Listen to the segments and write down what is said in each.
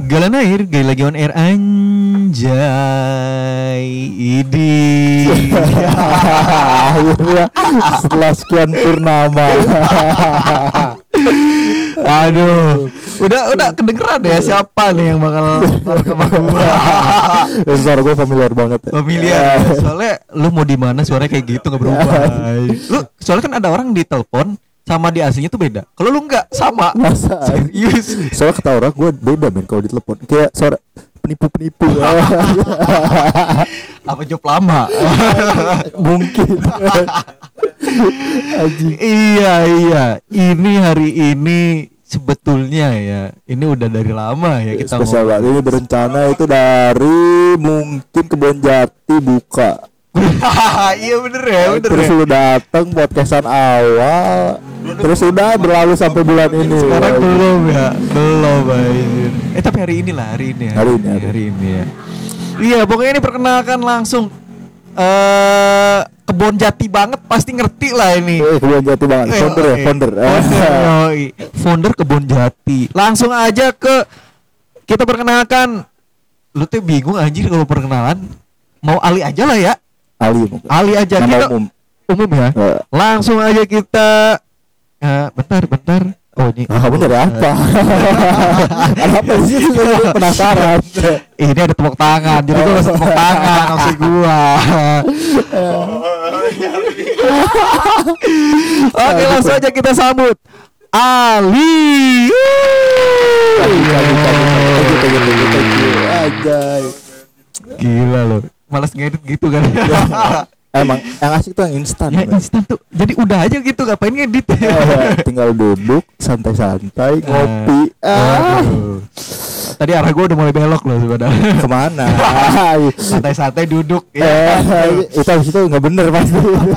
Galan Air, gaya lagi on air anjay. Idi. Akhirnya setelah sekian purnama. Aduh, udah kedengeran ya siapa nih yang bakal sama gua. Suara gue familiar banget ya. Familiar. Soalnya lu mau di mana suaranya kayak gitu enggak berubah. Lu soalnya kan ada orang di telepon sama di aslinya tuh beda. Kalau lu enggak sama. Masa? Serius. Soalnya kata orang gue beda men kalau ditelepon. Kayak suara penipu-penipu. Apa job lama? Mungkin. Iya. Ini hari ini sebetulnya ya, ini udah dari lama ya kita spesial banget. Ini berencana itu dari mungkin Kebon Jati buka. Iya bener ya. Terus lu datang podcastan awal. Terus udah berlalu sampai bulan ini. Sekarang belum ya. Belum anjir. Tapi hari ini ya. Hari ini ya. Iya, pokoknya ini perkenalkan langsung Kebon Jati banget, pasti ngerti lah ini. Kebon Jati banget. Founder. Founder Kebon Jati. Langsung aja kita perkenalkan. Lu tuh bingung anjir kalau perkenalan. Mau Ali aja lah ya. Ali aja. Nama kita umum ya. Langsung aja kita bentar. Oh ini. Kamu dari apa? Ada apa sih? Penasaran. Ini ada tepuk tangan. Jadi gua harus tepuk tangan maksud gua. Oke, langsung aja kita sambut Ali. Ajay. Gila loh. Malas ngedit gitu kan. Emang yang asik tuh yang instan. Ya instan tuh. Jadi udah aja gitu, ngapain ngedit. Tinggal duduk santai-santai ngopi. Tadi arah gue udah mulai belok loh sebenarnya. Kemana? Santai-santai duduk ya. Itu habis itu nggak bener pasti.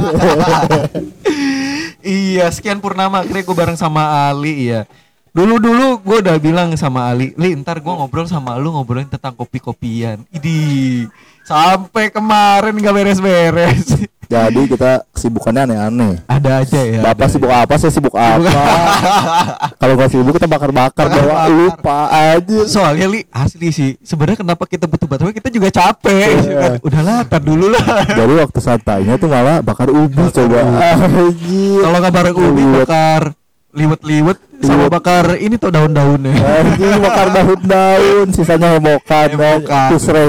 Iya, sekian purnama akhirnya gue bareng sama Ali ya. Dulu gue udah bilang sama Ali, ntar gue ngobrol sama lu ngobrolin tentang kopi-kopian. Idi. Sampai kemarin gak beres-beres. Jadi kita kesibukannya aneh-aneh. Ada aja ya. Bapak sibuk apa, saya sibuk apa. Kalau gak sibuk kita bakar-bakar bawa lupa aja. Soalnya asli sih, sebenarnya kenapa kita butuh baterai, kita juga capek. Udahlah, tar dulu lah. Jadi waktu santainya tuh malah bakar ubi coba. Kalau gak bareng ubi bakar liwet-liwet sama bakar ini tuh daun-daunnya. Bakar daun-daun, sisanya hemokan. Tusreng.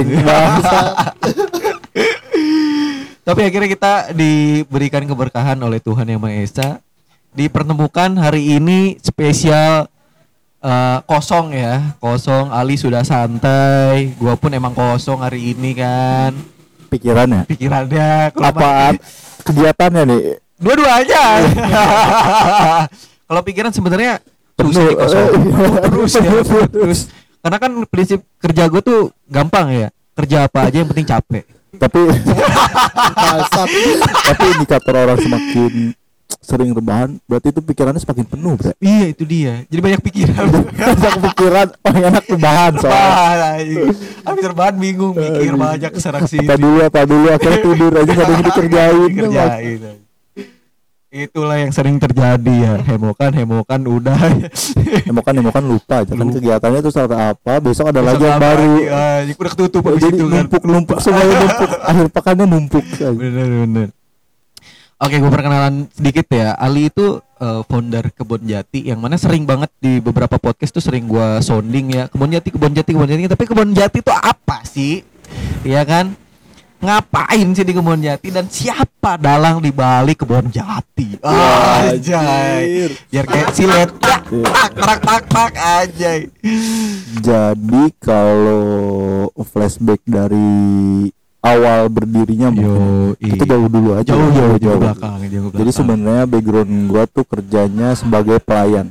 Tapi akhirnya kita diberikan keberkahan oleh Tuhan Yang Maha Esa. Dipertemukan hari ini spesial kosong ya. Kosong, Ali sudah santai. Gua pun emang kosong hari ini kan. Pikirannya apa kegiatannya nih? Dua-duanya. Kalau pikiran sebenarnya susah kosong. Terus karena kan prinsip kerja gue tuh gampang ya. Kerja apa aja yang penting capek. Tapi indikator orang semakin sering rebahan berarti itu pikirannya semakin penuh, bro. Iya, itu dia. Jadi banyak pikiran. Orang enak rebahan soalnya. Habis rebahan bingung mikir banyak keserak sini. Apa dulu akhirnya tidur aja enggak ada yang dikerjain. Itulah yang sering terjadi ya. Hemokan udah. Hemokan lupa aja kan kegiatannya itu saat apa, besok ada lagi yang baru. Udah ketutup jadi numpuk semuanya numpuk. Akhir pekannya numpuk. Bener. Oke, gue perkenalan sedikit ya. Ali itu founder Kebon Jati yang mana sering banget di beberapa podcast tuh sering gue sounding ya. Kebon Jati. Tapi Kebon Jati itu apa sih? Iya kan? Ngapain sih di Kebon Jati dan siapa dalang di balik Kebon Jati? Anjay. Biar kayak silet. Tak anjay. Jadi kalau flashback dari awal berdirinya itu jauh dulu aja. Jauh belakang. Jadi sebenarnya background gua tuh kerjanya sebagai pelayan.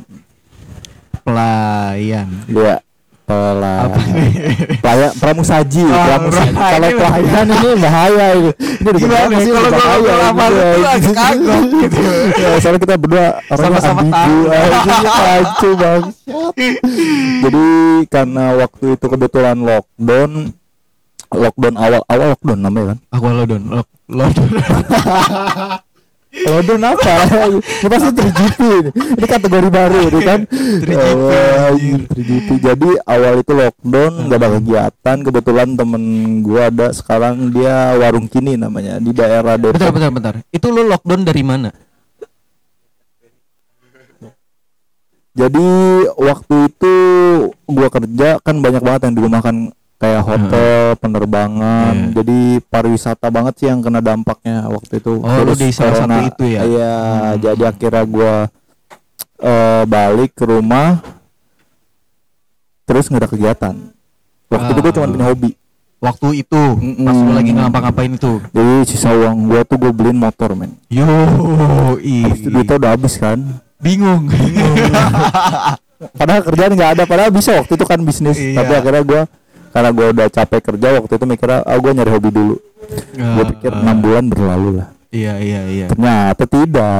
Iya. Pelayan pramusaji. Kalau pelayan ini bahaya ini. Ini gimana sih kalau bahaya lama itu agak kagok gitu. Ya, soalnya kita berdua orangnya ambigu. Kacau banget. Jadi karena waktu itu kebetulan lockdown awal lockdown namanya kan? Lockdown. London apa? Ini pasti 3GP ini. Ini kategori baru ini kan. 3GP. Jadi awal itu lockdown, gak ada kegiatan. Kebetulan temen gua ada sekarang, dia warung kini namanya di daerah Depok. Bentar. Itu lu lockdown dari mana? Jadi waktu itu gua kerja kan banyak banget yang dirumahkan, kayak hotel, penerbangan. Jadi pariwisata banget sih yang kena dampaknya waktu itu. Oh, lu di salah satu itu ya? Iya, jadi akhirnya gua balik ke rumah, terus nggak ada kegiatan. Waktu itu gua cuma punya hobi. Waktu itu pas lu lagi ngapa-ngapain itu? Jadi sisa uang gua tuh gua beliin motor, men. Yo, Habis itu duitnya udah habis kan. Bingung. Padahal kerjaan nggak ada, padahal bisa waktu itu kan bisnis. Iya. Tapi akhirnya karena gue udah capek kerja waktu itu, mikirnya gue nyari hobi dulu. Gue pikir 6 bulan berlalu lah. Iya. Ternyata tidak.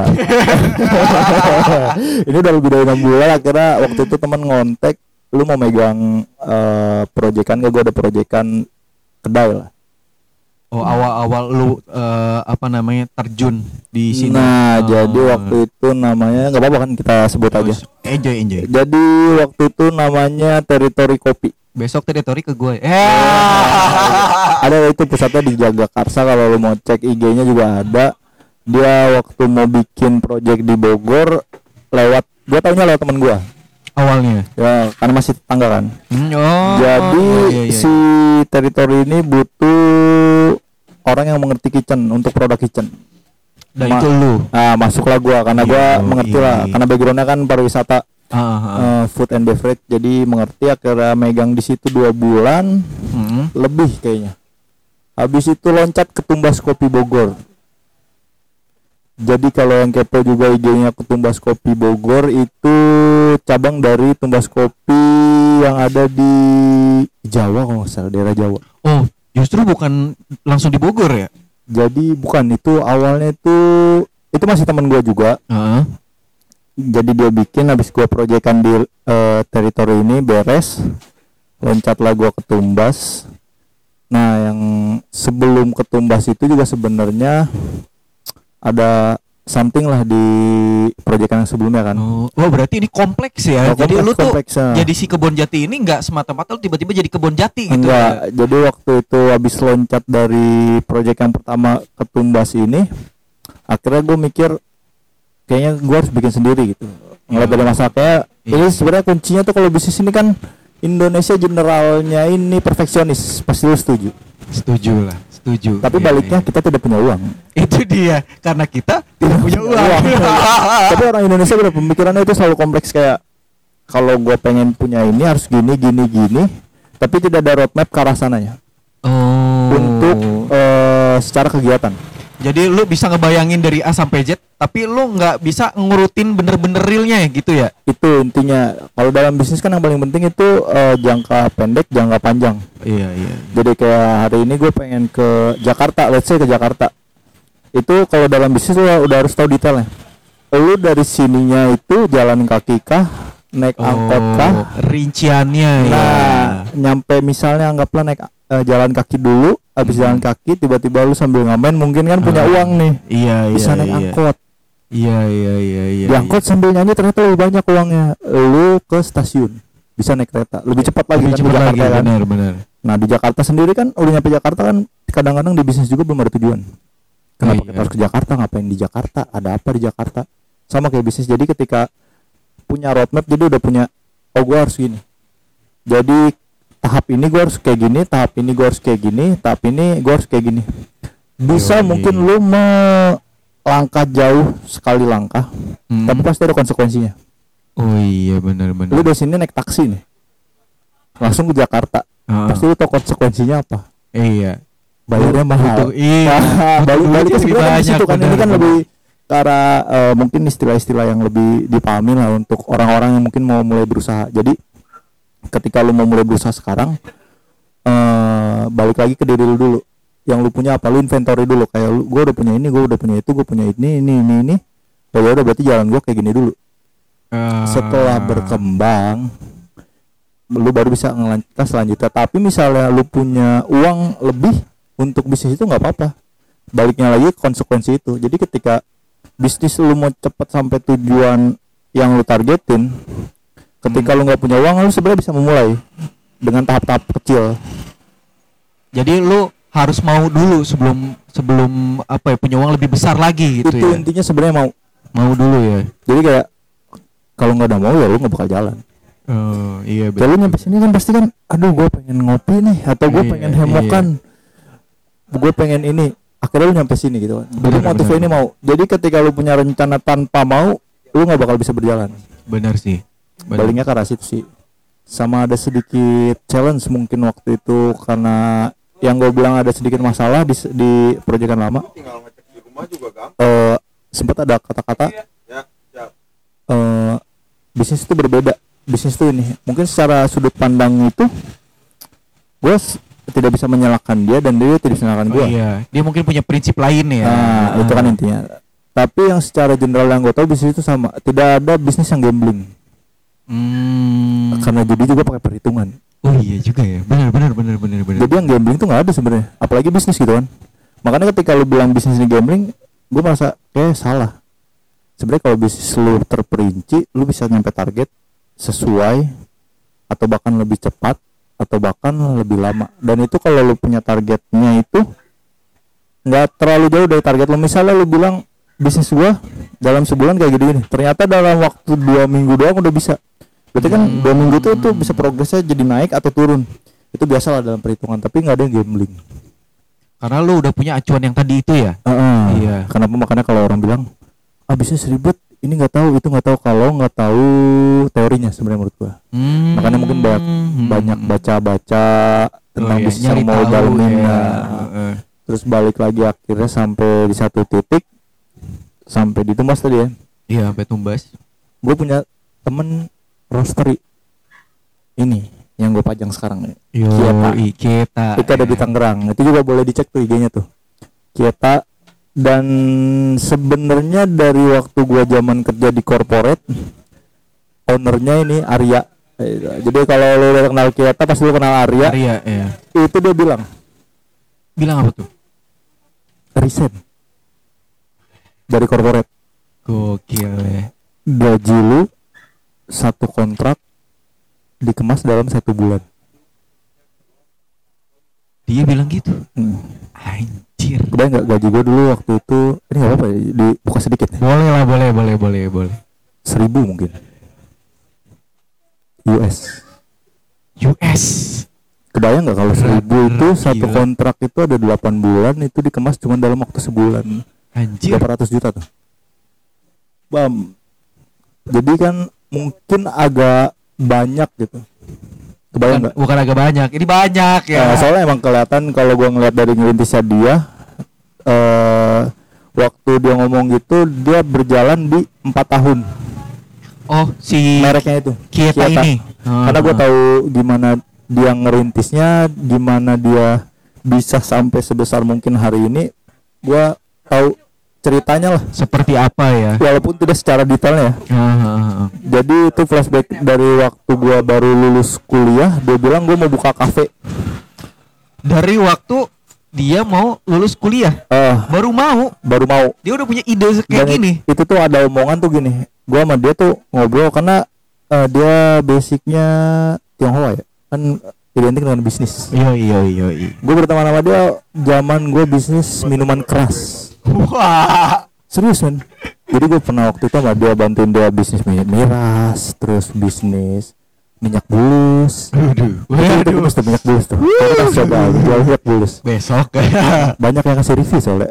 Ini udah lebih dari 6 bulan. Akhirnya waktu itu teman ngontek, lu mau megang proyekan gak? Gue ada proyekan kedai lah. Oh, awal-awal lu terjun di sini. Nah, jadi waktu itu namanya nggak apa-apa kan kita sebut aja. Enjoy. Jadi waktu itu namanya Teritori Kopi. Besok teritori ke gue. Ada itu pusatnya di Jagakarsa, kalau lu mau cek IG-nya juga ada. Dia waktu mau bikin project di Bogor gue taunya lewat temen gue. Awalnya. Ya, karena masih tetangga kan. Jadi iya. si Teritori ini butuh orang yang mengerti kitchen untuk produk kitchen. Dan itu lu. Masuklah gua karena gua mengerti lah, karena backgroundnya kan pariwisata, food and beverage, jadi mengerti. Akhirnya megang di situ 2 bulan lebih kayaknya. Habis itu loncat ke Tumbas Kopi Bogor. Jadi kalau yang kepo juga IG-nya Tumbas Kopi Bogor, itu cabang dari Tumbas Kopi yang ada di Jawa, kalau nggak salah, daerah Jawa. Oh, justru bukan langsung di Bogor ya? Jadi bukan, itu awalnya itu masih teman gua juga. Jadi dia bikin, habis gua proyekan di teritori ini beres, loncatlah gua ke Tumbas. Nah, yang sebelum ke Tumbas itu juga sebenarnya ada something lah di proyekan yang sebelumnya kan. Oh, berarti ini kompleks ya. Jadi lu tuh jadi si Kebon Jati ini nggak semata-mata lu tiba-tiba jadi Kebon Jati gitu. Enggak, jadi waktu itu habis loncat dari proyek yang pertama ke Tumbas ini, akhirnya gue mikir kayaknya gue harus bikin sendiri gitu. Ngeliat dari masaknya, ini sebenarnya kuncinya tuh kalau bisnis ini kan Indonesia generalnya ini perfeksionis, pasti lu setuju. Setuju. Tapi baliknya kita tidak punya uang. Itu dia, karena kita tidak punya uang. Tapi orang Indonesia udah pemikirannya itu selalu kompleks, kayak kalau gue pengen punya ini harus gini, tapi tidak ada roadmap ke arah sananya. Untuk secara kegiatan. Jadi lu bisa ngebayangin dari A sampai Z, tapi lu nggak bisa ngurutin bener-bener realnya gitu ya? Itu intinya. Kalau dalam bisnis kan yang paling penting itu jangka pendek, jangka panjang. Iya. Jadi kayak hari ini gue pengen ke Jakarta, let's say ke Jakarta. Itu kalau dalam bisnis lu udah harus tahu detailnya. Lu dari sininya itu jalan kaki kah, naik angkot kah, rinciannya. Nah, nyampe misalnya anggaplah naik jalan kaki dulu, habis jalan kaki tiba-tiba lu sambil ngamen, mungkin kan punya uang nih. Iya. Bisa naik angkot. Iya. Di angkot sambil nyanyi ternyata lebih banyak uangnya. Lu ke stasiun bisa naik kereta lebih cepat lagi kan, di Jakarta kan. Benar. Nah, di Jakarta sendiri kan udah nyampe Jakarta kan, kadang-kadang di bisnis juga belum ada tujuan. Kenapa kita harus ke Jakarta? Ngapain di Jakarta? Ada apa di Jakarta? Sama kayak bisnis. Jadi ketika punya roadmap, jadi udah punya, gue harus gini. Jadi tahap ini gue harus kayak gini, tahap ini gue harus kayak gini, tahap ini gue harus kayak gini. Bisa mungkin lu melangkah jauh sekali langkah, tapi pasti ada konsekuensinya. Oh iya, benar. Lu dari sini naik taksi nih, langsung ke Jakarta, pasti lu tau konsekuensinya apa. Iya. Bayarnya mahal. Baliknya sebenarnya di situ kan. Ini kan lebih cara mungkin istilah-istilah yang lebih dipahami lah untuk orang-orang yang mungkin mau mulai berusaha. Jadi ketika lu mau mulai berusaha sekarang, balik lagi ke diri lu dulu. Yang lu punya apa, lu inventory dulu. Kayak gue udah punya ini, gue udah punya itu, gue punya ini. Ya udah, berarti jalan gue kayak gini dulu. Setelah berkembang, lu baru bisa ngelanjutkan selanjutnya. Tapi misalnya lu punya uang lebih untuk bisnis itu nggak apa-apa. Baliknya lagi konsekuensi itu. Jadi ketika bisnis lu mau cepet sampai tujuan yang lu targetin, ketika lu nggak punya uang, lu sebenarnya bisa memulai dengan tahap-tahap kecil. Jadi lu harus mau dulu sebelum apa ya, punya uang lebih besar lagi gitu. Itu ya. intinya sebenarnya Mau dulu ya. jadi kayak kalau nggak ada mau ya lu nggak bakal jalan. Oh iya Jadi lu nyampe sini kan pasti kan, aduh gue pengen ngopi nih, atau gue Iya, pengen hemokan, gue pengen ini. Akhirnya lu nyampe sini gitu kan. Jadi motifnya ini mau. Jadi ketika lu punya rencana tanpa mau, lu nggak bakal bisa berjalan. Benar sih. Baliknya ke arah situ sih. Sama ada sedikit challenge mungkin waktu itu, karena yang gue bilang ada sedikit masalah di proyekan lama. Tinggal ngecek di rumah juga gampang. Sempat ada kata-kata Ya, siap. bisnis itu berbeda. Bisnis itu ini mungkin secara sudut pandang itu gue tidak bisa menyalahkan dia dan dia tidak bisa menyalahkan gue. Iya, dia mungkin punya prinsip lain ya. Nah, itu kan intinya. Tapi yang secara general yang gue tahu bisnis itu sama. Tidak ada bisnis yang gambling. Karena judi juga pakai perhitungan. Oh iya juga ya. Benar. Jadi yang gambling itu nggak ada sebenarnya. Apalagi bisnis gitu kan. Makanya ketika lu bilang bisnis ini gambling, gue merasa kayak salah. Sebenarnya kalau bisnis lu terperinci, lu bisa nyampe target sesuai atau bahkan lebih cepat atau bahkan lebih lama. Dan itu kalau lu punya targetnya itu nggak terlalu jauh dari target lu. Misalnya lu bilang bisnis gua dalam sebulan kayak gini, ternyata dalam waktu 2 minggu doang udah bisa. Berarti kan 2 minggu tuh bisa progresnya jadi naik atau turun. Itu biasalah dalam perhitungan, tapi nggak ada yang gambling. Karena lu udah punya acuan yang tadi itu ya. Iya. Kenapa makanya kalau orang bilang bisnis ribet, ini nggak tahu, itu nggak tahu, kalau nggak tahu teorinya sebenarnya menurut gua. Makanya mungkin banyak baca-baca tentang bisnis yang mau dalamin ya. Terus balik lagi akhirnya sampai di satu titik, sampai di tumbas tadi ya. Iya, sampai tumbas. Gue punya temen roastery ini yang gue pajang sekarang nih. Kieta. Itu ada di Tangerang. Itu juga boleh dicek tuh IG-nya tuh. Kieta. Dan sebenarnya dari waktu gua zaman kerja di corporate, ownernya ini Arya. Jadi kalau lo udah kenal Kieta pasti lo kenal Arya. Iya. Itu dia bilang apa tuh? Resign dari corporate. Gokil ya. Gaji lu satu kontrak dikemas dalam 1 bulan. Dia bilang gitu. Anjir. Kebayang nggak gaji gue dulu waktu itu? Ini nggak apa-apa ya, dibuka sedikit ya? Boleh lah, boleh. 1.000 mungkin. US. Kebayang nggak kalau 1.000 itu satu kontrak itu ada 8 bulan, itu dikemas cuma dalam waktu sebulan. Anjir. 800 juta tuh. Bam. Jadi kan mungkin agak banyak gitu. Kebayang nggak? Bukan agak banyak, ini banyak ya. Soalnya emang kelihatan kalau gua ngeliat dari ngerintisnya dia, waktu dia ngomong gitu dia berjalan di 4 tahun. Oh, si mereknya itu Kieta ini. Karena gua tahu gimana dia ngerintisnya, gimana dia bisa sampai sebesar mungkin hari ini. Gua tahu ceritanya lah. Seperti apa ya? Walaupun tidak secara detailnya. Jadi itu flashback dari waktu gua baru lulus kuliah, dia bilang gua mau buka kafe. Dari waktu dia mau lulus kuliah, baru mau. Dia udah punya ide kayak gini. Itu tuh ada omongan tuh gini. Gua sama dia tuh ngobrol karena dia basicnya Tionghoa ya, kan identik dengan bisnis. Iya. Gue berteman sama dia zaman gue bisnis minuman keras. Wah, serius kan? Jadi gue pernah waktu itu sama dia bantuin dia bisnis miras, terus bisnis minyak bulus. Itu mesti minyak bulus tuh. Kita coba jual minyak bulus besok. Banyak yang kasih review soalnya.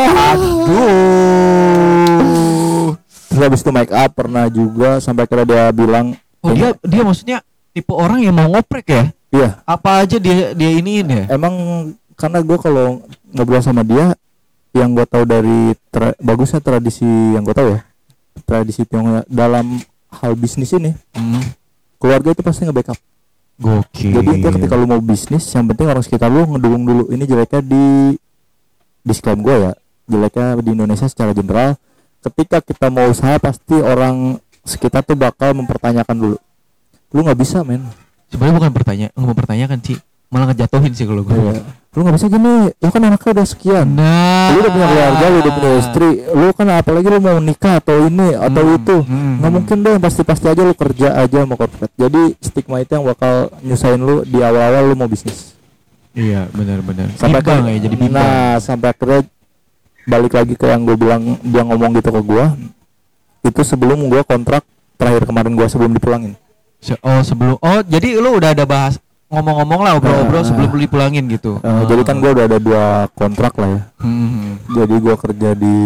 Aduh. Terus habis itu make up pernah juga, sampai kira dia bilang, dia maksudnya tipe orang yang mau ngoprek ya? Iya. Apa aja dia iniin ya? Emang karena gue kalau ngobrol sama dia, yang gue tahu dari bagusnya tradisi yang gue tahu ya, tradisi Tionghoa dalam hal bisnis ini, keluarga itu pasti nge-backup. Gokil. Jadi itu ketika lu mau bisnis, yang penting orang sekitar lu ngedukung dulu. Ini jeleknya di disclaim gue ya, jeleknya di Indonesia secara general. Ketika kita mau usaha pasti orang sekitar tuh bakal mempertanyakan dulu. Lu nggak bisa men. Sebenarnya bukan mempertanyakan sih, malah ngejatuhin sih kalau gue. Iya. Lu lu nggak bisa gini, lu kan anaknya udah sekian, Nah, lu udah punya keluarga, lu udah punya istri, lu kan apalagi lu mau nikah atau ini atau itu, nggak mungkin deh, pasti aja lu kerja aja sama corporate. Jadi stigma itu yang bakal nyusahin lu di awal-awal lu mau bisnis. Iya, benar-benar. Sampai Bimbang ya, jadi bimbang. Nah, sampai akhirnya balik lagi ke yang gue bilang, dia ngomong gitu ke gue, itu sebelum gue kontrak terakhir kemarin gue sebelum dipulangin. Jadi lu udah ada bahas ngomong-ngomong lah, obrol-obrol sebelum lu dipulangin gitu. Jadi kan gue udah ada 2 kontrak lah ya. Jadi gue kerja di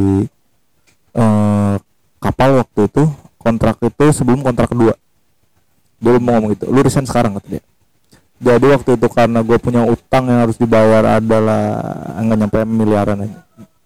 kapal waktu itu, kontrak itu sebelum kontrak kedua. Dia mau ngomong gitu, lu resign sekarang kata dia. Jadi waktu itu karena gue punya utang yang harus dibayar adalah nggak nyampe miliaran aja.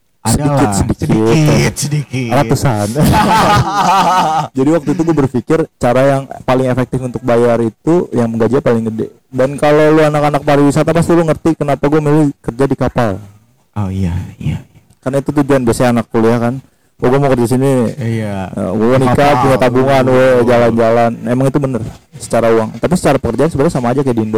Sedikit ratusan. Jadi waktu itu gue berpikir cara yang paling efektif untuk bayar itu yang gajinya paling gede. Dan kalau lu anak-anak pariwisata pasti lu ngerti kenapa gue milih kerja di kapal. Oh iya. Karena itu tujuan biasanya anak kuliah kan. Gue mau kerja sini. Iya. Gue nikah punya tabungan, jalan-jalan. Emang itu bener secara uang. Tapi secara pekerjaan sebenarnya sama aja kayak di Indo.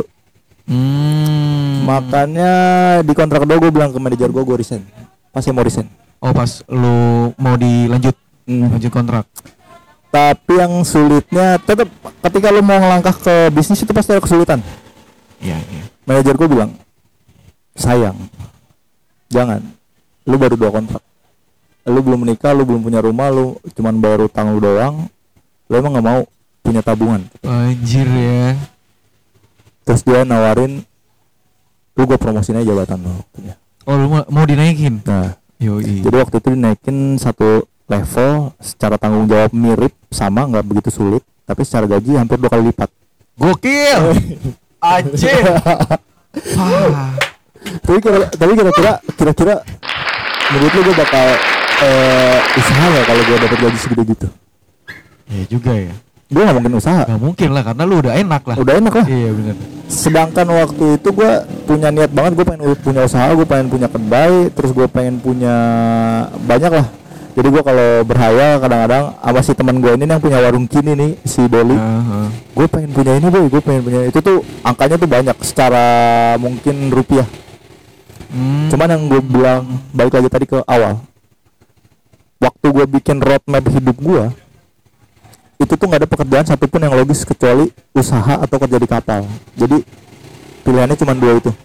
Makanya di kontrak kedua gue bilang ke manajer gue resign. Pas mau resign. Oh, pas lu mau lanjut kontrak. Tapi yang sulitnya tetap ketika lu mau ngelangkah ke bisnis itu pasti ada kesulitan. Iya. Manajer gue bilang, sayang, jangan. Lu baru 2 kontrak. Lu belum menikah, lu belum punya rumah, lu cuman bayar utang lu doang. Lu emang nggak mau punya tabungan? Anjir ya. Terus dia nawarin, lu gue promosin aja jabatan lu. Oh, lu mau dinaikin? Nah, yoi. jadi waktu itu dinaikin 1 level, secara tanggung jawab mirip, sama, nggak begitu sulit, tapi secara gaji hampir 2 kali lipat. Gokil. Anjir. Tapi kira-kira menurut lu gue bakal usaha nggak kalau gue dapet gaji segede gitu? Ya juga ya. Gue nggak mungkin usaha. Gak mungkin lah, karena lu udah enak lah. Udah enak lah. Iya benar. Sedangkan waktu itu gue punya niat banget, gue pengen punya usaha, gue pengen punya kedai, terus gue pengen punya banyak lah. Jadi gue kalau berhayal kadang-kadang sama si teman gue ini yang punya warung kini nih, si Doli. Gue pengen punya ini boy, gue pengen punya itu tuh angkanya tuh banyak secara mungkin rupiah. Cuman yang gue bilang balik lagi tadi ke awal, waktu gue bikin roadmap hidup gue, itu tuh nggak ada pekerjaan satupun yang logis kecuali usaha atau kerja di kapal. Jadi pilihannya cuma 2 itu.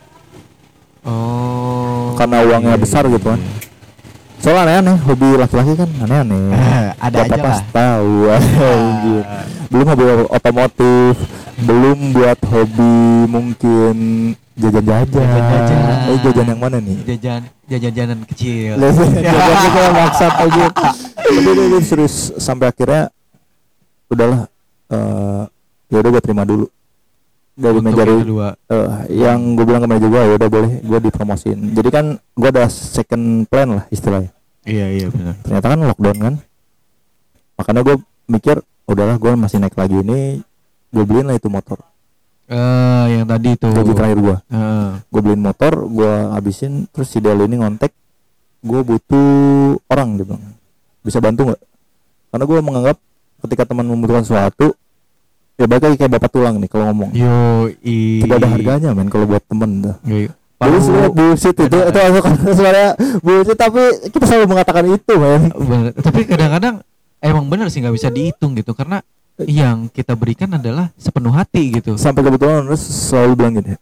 Oh. Karena uangnya besar gitu kan. Soalnya aneh-aneh, hobi laki-laki kan aneh-aneh. Ada aja Bapak pas lah. tahu. Belum hobi otomotif, belum buat hobi mungkin jajan-jajan. Jajan yang mana nih? Jajan-jajanan kecil. Jajan itu yang maksat aja. Tapi dia serius sampai akhirnya udahlah, ya udah gue terima dulu dari manajer yang gue bilang ke manajer gue, ya udah boleh gue dipromosin. Jadi kan gue ada second plan lah istilahnya. Iya benar. Ternyata kan lockdown kan, makanya gue mikir udahlah gue masih naik lagi ini, gue beliin lah itu motor. Yang tadi tuh gaji terakhir gue beliin motor, gue habisin. Terus si Del ini ngontek, gue butuh orang, dia bilang bisa bantu nggak? Karena gue menganggap ketika teman membutuhkan sesuatu, ya balik lagi kayak bapak tulang nih kalau ngomong. Tidak ada harganya men kalau buat temen tuh. Jadi sebenarnya bullshit itu sebenarnya bullshit, tapi kita selalu mengatakan itu men. Tapi kadang-kadang emang bener sih nggak bisa dihitung gitu, karena yang kita berikan adalah sepenuh hati gitu. Sampai kebetulan terus selalu bilang gini,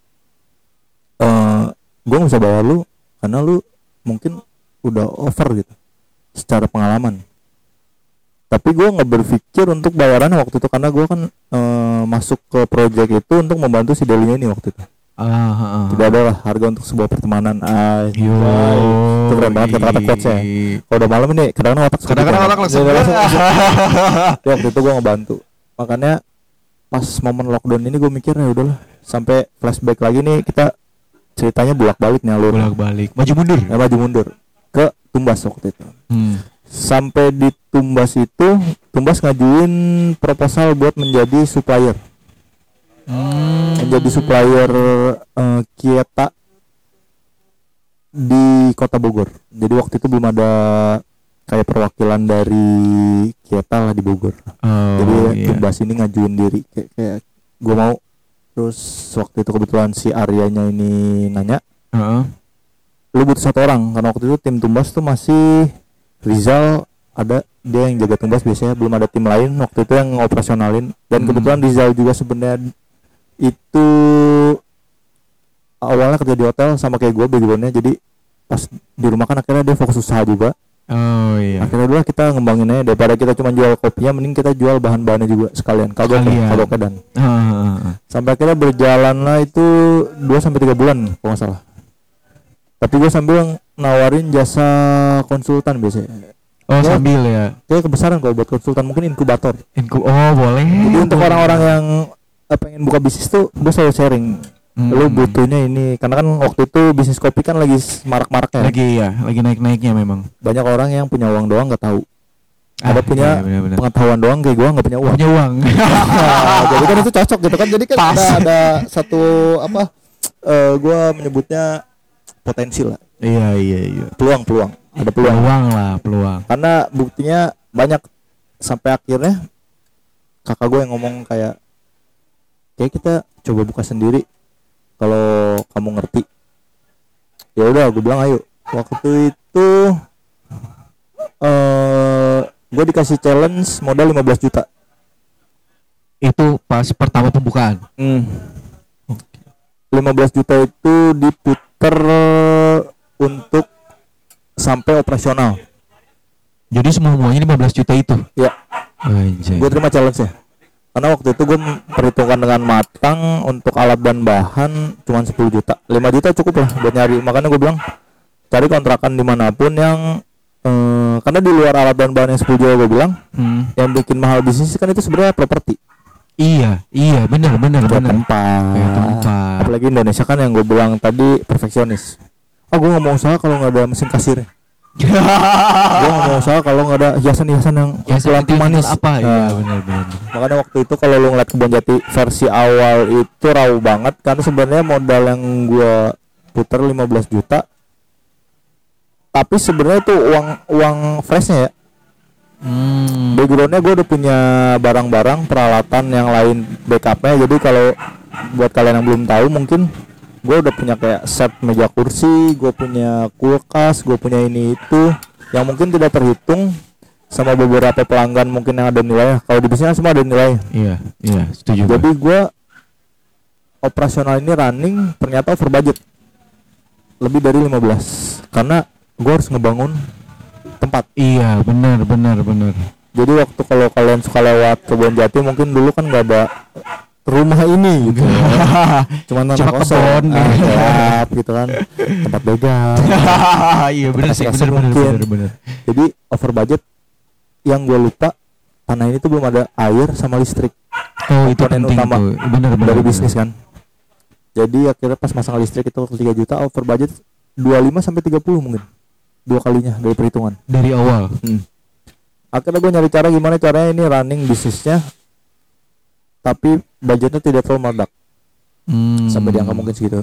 gue nggak bisa bayar lu karena lu mungkin udah over gitu secara pengalaman. Tapi gue nggak berpikir untuk bayaran waktu itu, karena gue kan masuk ke project itu untuk membantu si Delinya ini waktu itu. Tidak ada lah harga untuk sebuah pertemanan. Itu keren banget kata-kata quotes-nya. Kalau udah malam ini kadang-kadang otak langsung. Waktu itu gue ngebantu. Makanya pas momen lockdown ini gue mikir ya udahlah, sampai flashback lagi nih, kita ceritanya bolak-balik nih alur. Maju mundur ke Tumbas waktu itu. Sampai di Tumbas itu, Tumbas ngajuin proposal buat menjadi supplier. Menjadi supplier Kieta di Kota Bogor. Jadi waktu itu belum ada kayak perwakilan dari Kieta lah di Bogor. Jadi Tumbas ini ngajuin diri kayak gue mau. Terus waktu itu kebetulan si Aryanya ini nanya, Heeh. Lu butuh satu orang karena waktu itu tim Tumbas tuh masih Rizal ada, dia yang jaga Tumbas biasanya, belum ada tim lain waktu itu yang operasionalin. Dan kebetulan Rizal juga sebenarnya itu awalnya kerja di hotel sama kayak gue backgroundnya, jadi pas di rumah kan akhirnya dia fokus usaha juga. Oh iya. Akhirnya dulu kita ngembangin aja, daripada kita cuma jual kopinya mending kita jual bahan-bahannya juga sekalian, kagok dan sampai akhirnya berjalan lah itu 2-3 bulan kalau nggak salah. Tapi gue sambil nawarin jasa konsultan biasanya. Oh sambil ya. Kayak kebesaran kalau buat konsultan, mungkin inkubator. Oh boleh. Jadi untuk orang-orang yang pengen buka bisnis tuh gue selalu sharing. Lu butuhnya ini, karena kan waktu itu bisnis kopi kan lagi marak-maraknya. Lagi naik-naiknya memang. Banyak orang yang punya uang doang nggak tahu. Ada punya bener. pengetahuan doang, kayak gua nggak punya uang. Nah, jadi kan itu cocok gitu kan. Jadi kan ada satu apa? Gua menyebutnya potensi lah. Iya. Peluang. Ada Peluang. Karena buktinya banyak, sampai akhirnya kakak gue yang ngomong kayak kita coba buka sendiri kalau kamu ngerti. Ya udah, gue bilang ayo. Waktu itu gue dikasih challenge modal 15 juta. Itu pas pertama pembukaan. 15 juta itu diputer untuk sampai operasional. Jadi semuanya 15 juta itu. Ya. Anjay. Gue terima challenge nya. Karena waktu itu gue perhitungkan dengan matang, untuk alat dan bahan cuma 10 juta. 5 juta cukup lah buat nyari. Makanya gue bilang cari kontrakan dimanapun yang karena di luar alat dan bahan yang 10 juta gue bilang, yang bikin mahal bisnis kan itu sebenarnya properti. Iya, benar. Tempat. Apalagi Indonesia kan yang gue bilang tadi perfeksionis. Gue nggak mau usaha kalau nggak ada mesin kasir. Gue nggak mau usaha kalau nggak ada hiasan-hiasan yang lampu manis. Apa? Iya, benar. Makanya waktu itu kalau lu ngeliat Kebon Jati versi awal itu raw banget, karena sebenarnya modal yang gue putar 15 juta. Tapi sebenarnya itu uang freshnya ya. Backgroundnya gue udah punya barang-barang peralatan yang lain backupnya. Jadi kalau buat kalian yang belum tahu, mungkin gue udah punya kayak set meja kursi, gue punya kulkas, gue punya ini itu yang mungkin tidak terhitung sama beberapa pelanggan mungkin yang ada nilainya. Kalau di bisnis semua ada nilainya. Iya, setuju. Jadi gue operasional ini running ternyata over budget lebih dari 15, karena gue harus ngebangun tempat. Iya, benar. Jadi waktu kalau kalian suka lewat Kebon Jati, mungkin dulu kan nggak ada rumah ini gitu. Cuma kosong, gelap gitu kan, tempat begal. Iya benar sih, benar. Jadi over budget. Yang gue lupa, tanah ini tuh belum ada air sama listrik. Oh, itu penting utama tuh. Benar. Dari bisnis kan. Jadi akhirnya pas masang listrik itu 3 juta, over budget 25-30 mungkin. 2 kalinya dari perhitungan dari awal. Akhirnya gue nyari cara gimana caranya ini running bisnisnya tapi budgetnya tidak terlalu meledak. Sampai diangka mungkin segitu.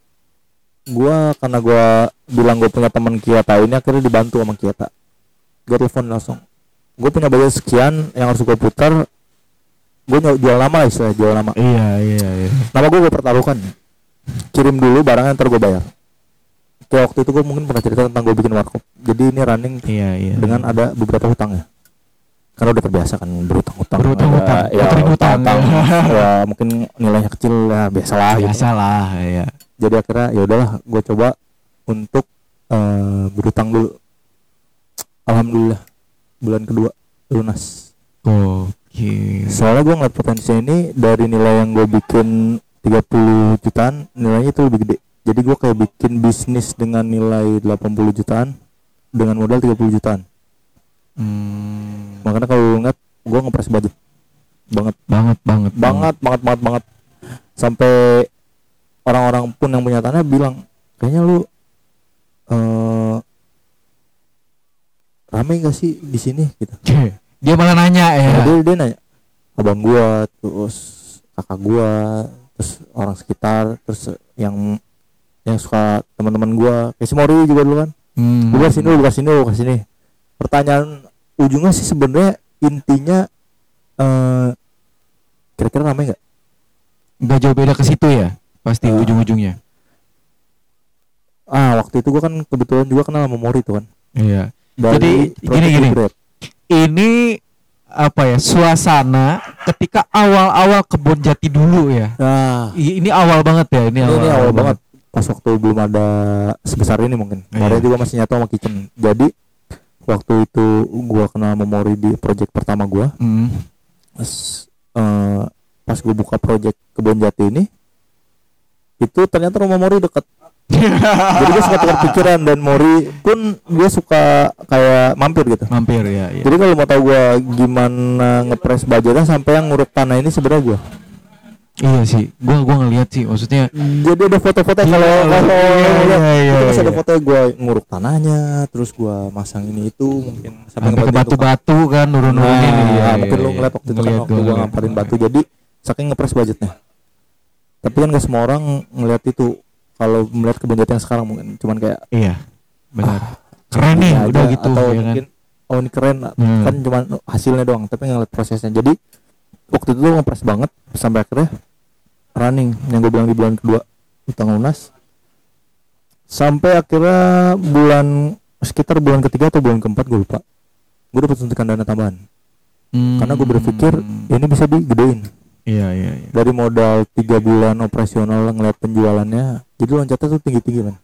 Karena gue bilang gue punya teman Kiata ini, akhirnya dibantu sama Kiata. Gue telepon langsung, gue punya budget sekian yang harus gue putar. Gue jual nama lah, istilah jual nama. Iya. Nama gue pertaruhkan. Kirim dulu barangnya, ntar gue bayar. Kayak waktu itu gue mungkin pernah cerita tentang gue bikin warkop. Jadi ini running dengan ada beberapa hutangnya. Karena udah terbiasa kan berutang-hutang. Ya, utang. Ya mungkin nilainya kecil ya, biasalah. Ya. Jadi akhirnya ya udahlah, gue coba untuk berutang dulu. Alhamdulillah bulan kedua lunas. Soalnya gue ngeliat potensi ini dari nilai yang gue bikin 30 jutaan, nilainya itu lebih gede. Jadi gue kayak bikin bisnis dengan nilai 80 jutaan dengan modal 30 jutaan. Makanya kalau lu ngeliat, gue ngepres budget banget. Sampai orang-orang pun yang punya tanah bilang, kayaknya lu rame gak sih di sini gitu. Dia malah nanya ya. Dia nanya, abang gua, terus kakak gua, terus orang sekitar, terus yang suka teman-teman gua, kayak si Mori juga dulu kan. Lu kasih sini. Pertanyaan ujungnya sih sebenarnya intinya kira-kira rame nggak? Nggak jauh beda ke situ ya, pasti ujung-ujungnya. waktu itu gue kan kebetulan juga kenal sama Mori tuh kan. Iya. Dari Jadi gini. Ini apa ya, suasana ketika awal-awal Kebon Jati dulu ya. Nah, Ini awal banget ya, ini awal banget. Pas waktu belum ada sebesar ini mungkin. Kemarin juga masih nyatu sama Kitchen. Jadi waktu itu gua kenal Memori di project pertama gua. Pas gua buka project Kebon Jati ini, itu ternyata rumah Mori deket. Jadi gue suka tukar pikiran, dan Mori pun gue suka kayak mampir gitu. Mampir ya. Jadi kalau mau tahu gue gimana ngepres budgetnya sampai yang nguruk tanah ini sebenarnya gue. Iya sih, gua ngeliat sih, maksudnya. Jadi ada foto-foto kalau terus ada foto gue nguruk tanahnya, terus gue masang ini itu mungkin sampai ke batu-batu kan, nurun-nurunin. Mungkin lu ngeliat waktu itu kan waktu gue ngamparin batu. Jadi saking ngepres budgetnya. Tapi kan gak semua orang ngeliat itu. Kalau melihat Kebon Jati yang sekarang mungkin cuman kayak benar. Keren nih udah gitu atau ya mungkin kan? Ini keren kan cuman hasilnya doang, tapi ngeliat prosesnya. Jadi waktu itu ngepres banget sampai akhirnya running yang gue bilang di bulan kedua utang lunas, sampai akhirnya sekitar bulan ketiga atau bulan keempat gue lupa, gue dapat suntikan dana tambahan karena gue berpikir ini bisa digedein. Iya. Dari modal 3 bulan operasional ngeliat penjualannya, jadi loncatnya tuh tinggi-tinggi man.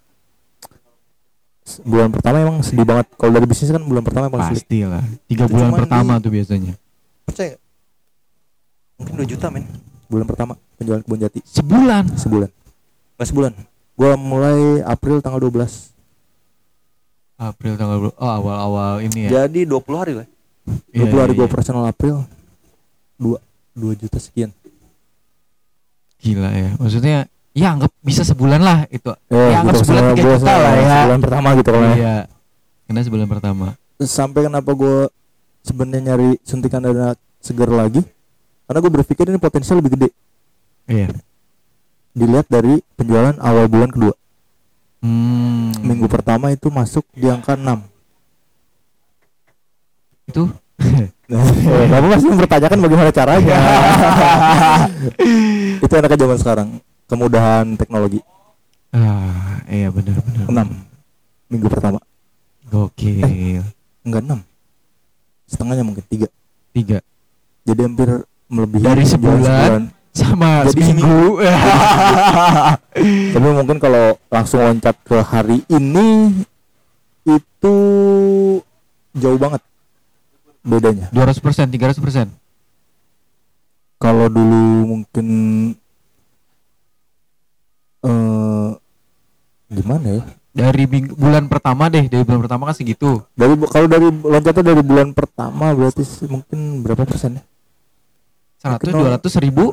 Bulan pertama emang sedih banget. Kalau dari bisnis kan bulan pertama emang sedih. Pasti lah. 3 bulan pertama tuh biasanya. Percaya? Mungkin 2 juta men. Bulan pertama penjualan Kebon Jati. Sebulan. Nggak sebulan. Gua mulai April tanggal 12. Awal-awal ini ya. Jadi 20 hari lah. 20 hari gua operasional April. 2 juta sekian. Gila ya. Maksudnya ya anggap bisa sebulan lah itu. Ya anggap gitu, sebulan 3 juta lah ya. Sebulan pertama gitu kalau ya. Karena sebulan pertama. Sampai kenapa gue sebenarnya nyari suntikan dana segar lagi? Karena gue berpikir ini potensial lebih gede. Iya. Dilihat dari penjualan awal bulan kedua. Minggu pertama itu masuk di angka 6. Itu kamu masih mempertanyakan bagaimana caranya. Itu enaknya zaman sekarang, kemudahan teknologi. Iya benar. 6 minggu pertama. Gokil. Enggak 6. Setengahnya mungkin 3. Jadi hampir melebihi dari sebulan sama jadi seminggu. Tapi mungkin kalau langsung loncat ke hari ini itu jauh banget bedanya. 200%, 300%. Kalau dulu mungkin gimana ya? Dari bulan pertama deh, dari bulan pertama kan segitu. Kalau dari loncatnya dari bulan pertama berarti mungkin berapa persen ya? 100, 200, 1000?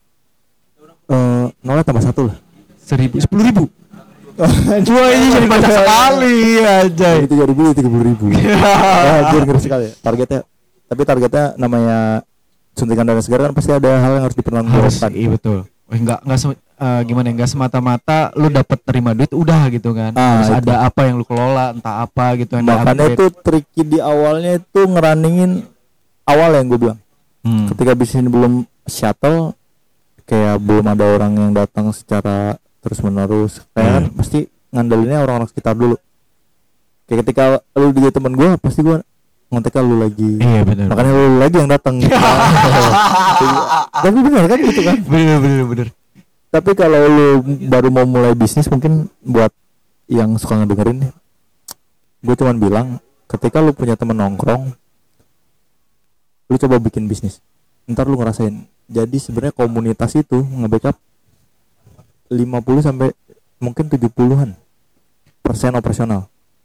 Nolnya tambah 1 lah. 1000, 10.000. Wah ini jadi banyak sekali aja. Itu 3.000, 30.000. Anjir ngeri sekali ya. Targetnya namanya suntikan dana segar kan pasti ada hal yang harus dipertanggungjawabkan. Iya betul. Enggak semata-mata lu dapat terima duit udah gitu kan. Harus ada apa yang lu kelola, entah apa gitu. Makanya itu tricky di awalnya itu ngerunningin awal yang gue bilang. Ketika bisnis ini belum shuttle, kayak belum ada orang yang datang secara terus menerus, kayak kan pasti ngandelinnya orang-orang sekitar dulu. Kayak ketika lu jadi temen gue, pasti gue ngontek lu lagi. Iya benar. Makanya lu lagi yang datang. Tapi benar kan gitu kan? Bener. Tapi kalau lu baru mau mulai bisnis, mungkin buat yang suka ngedengerin, gue cuman bilang, ketika lu punya temen nongkrong, lu coba bikin bisnis, ntar lu ngerasain. Jadi sebenarnya komunitas itu nge-backup 50 sampai mungkin 70-an % operasional.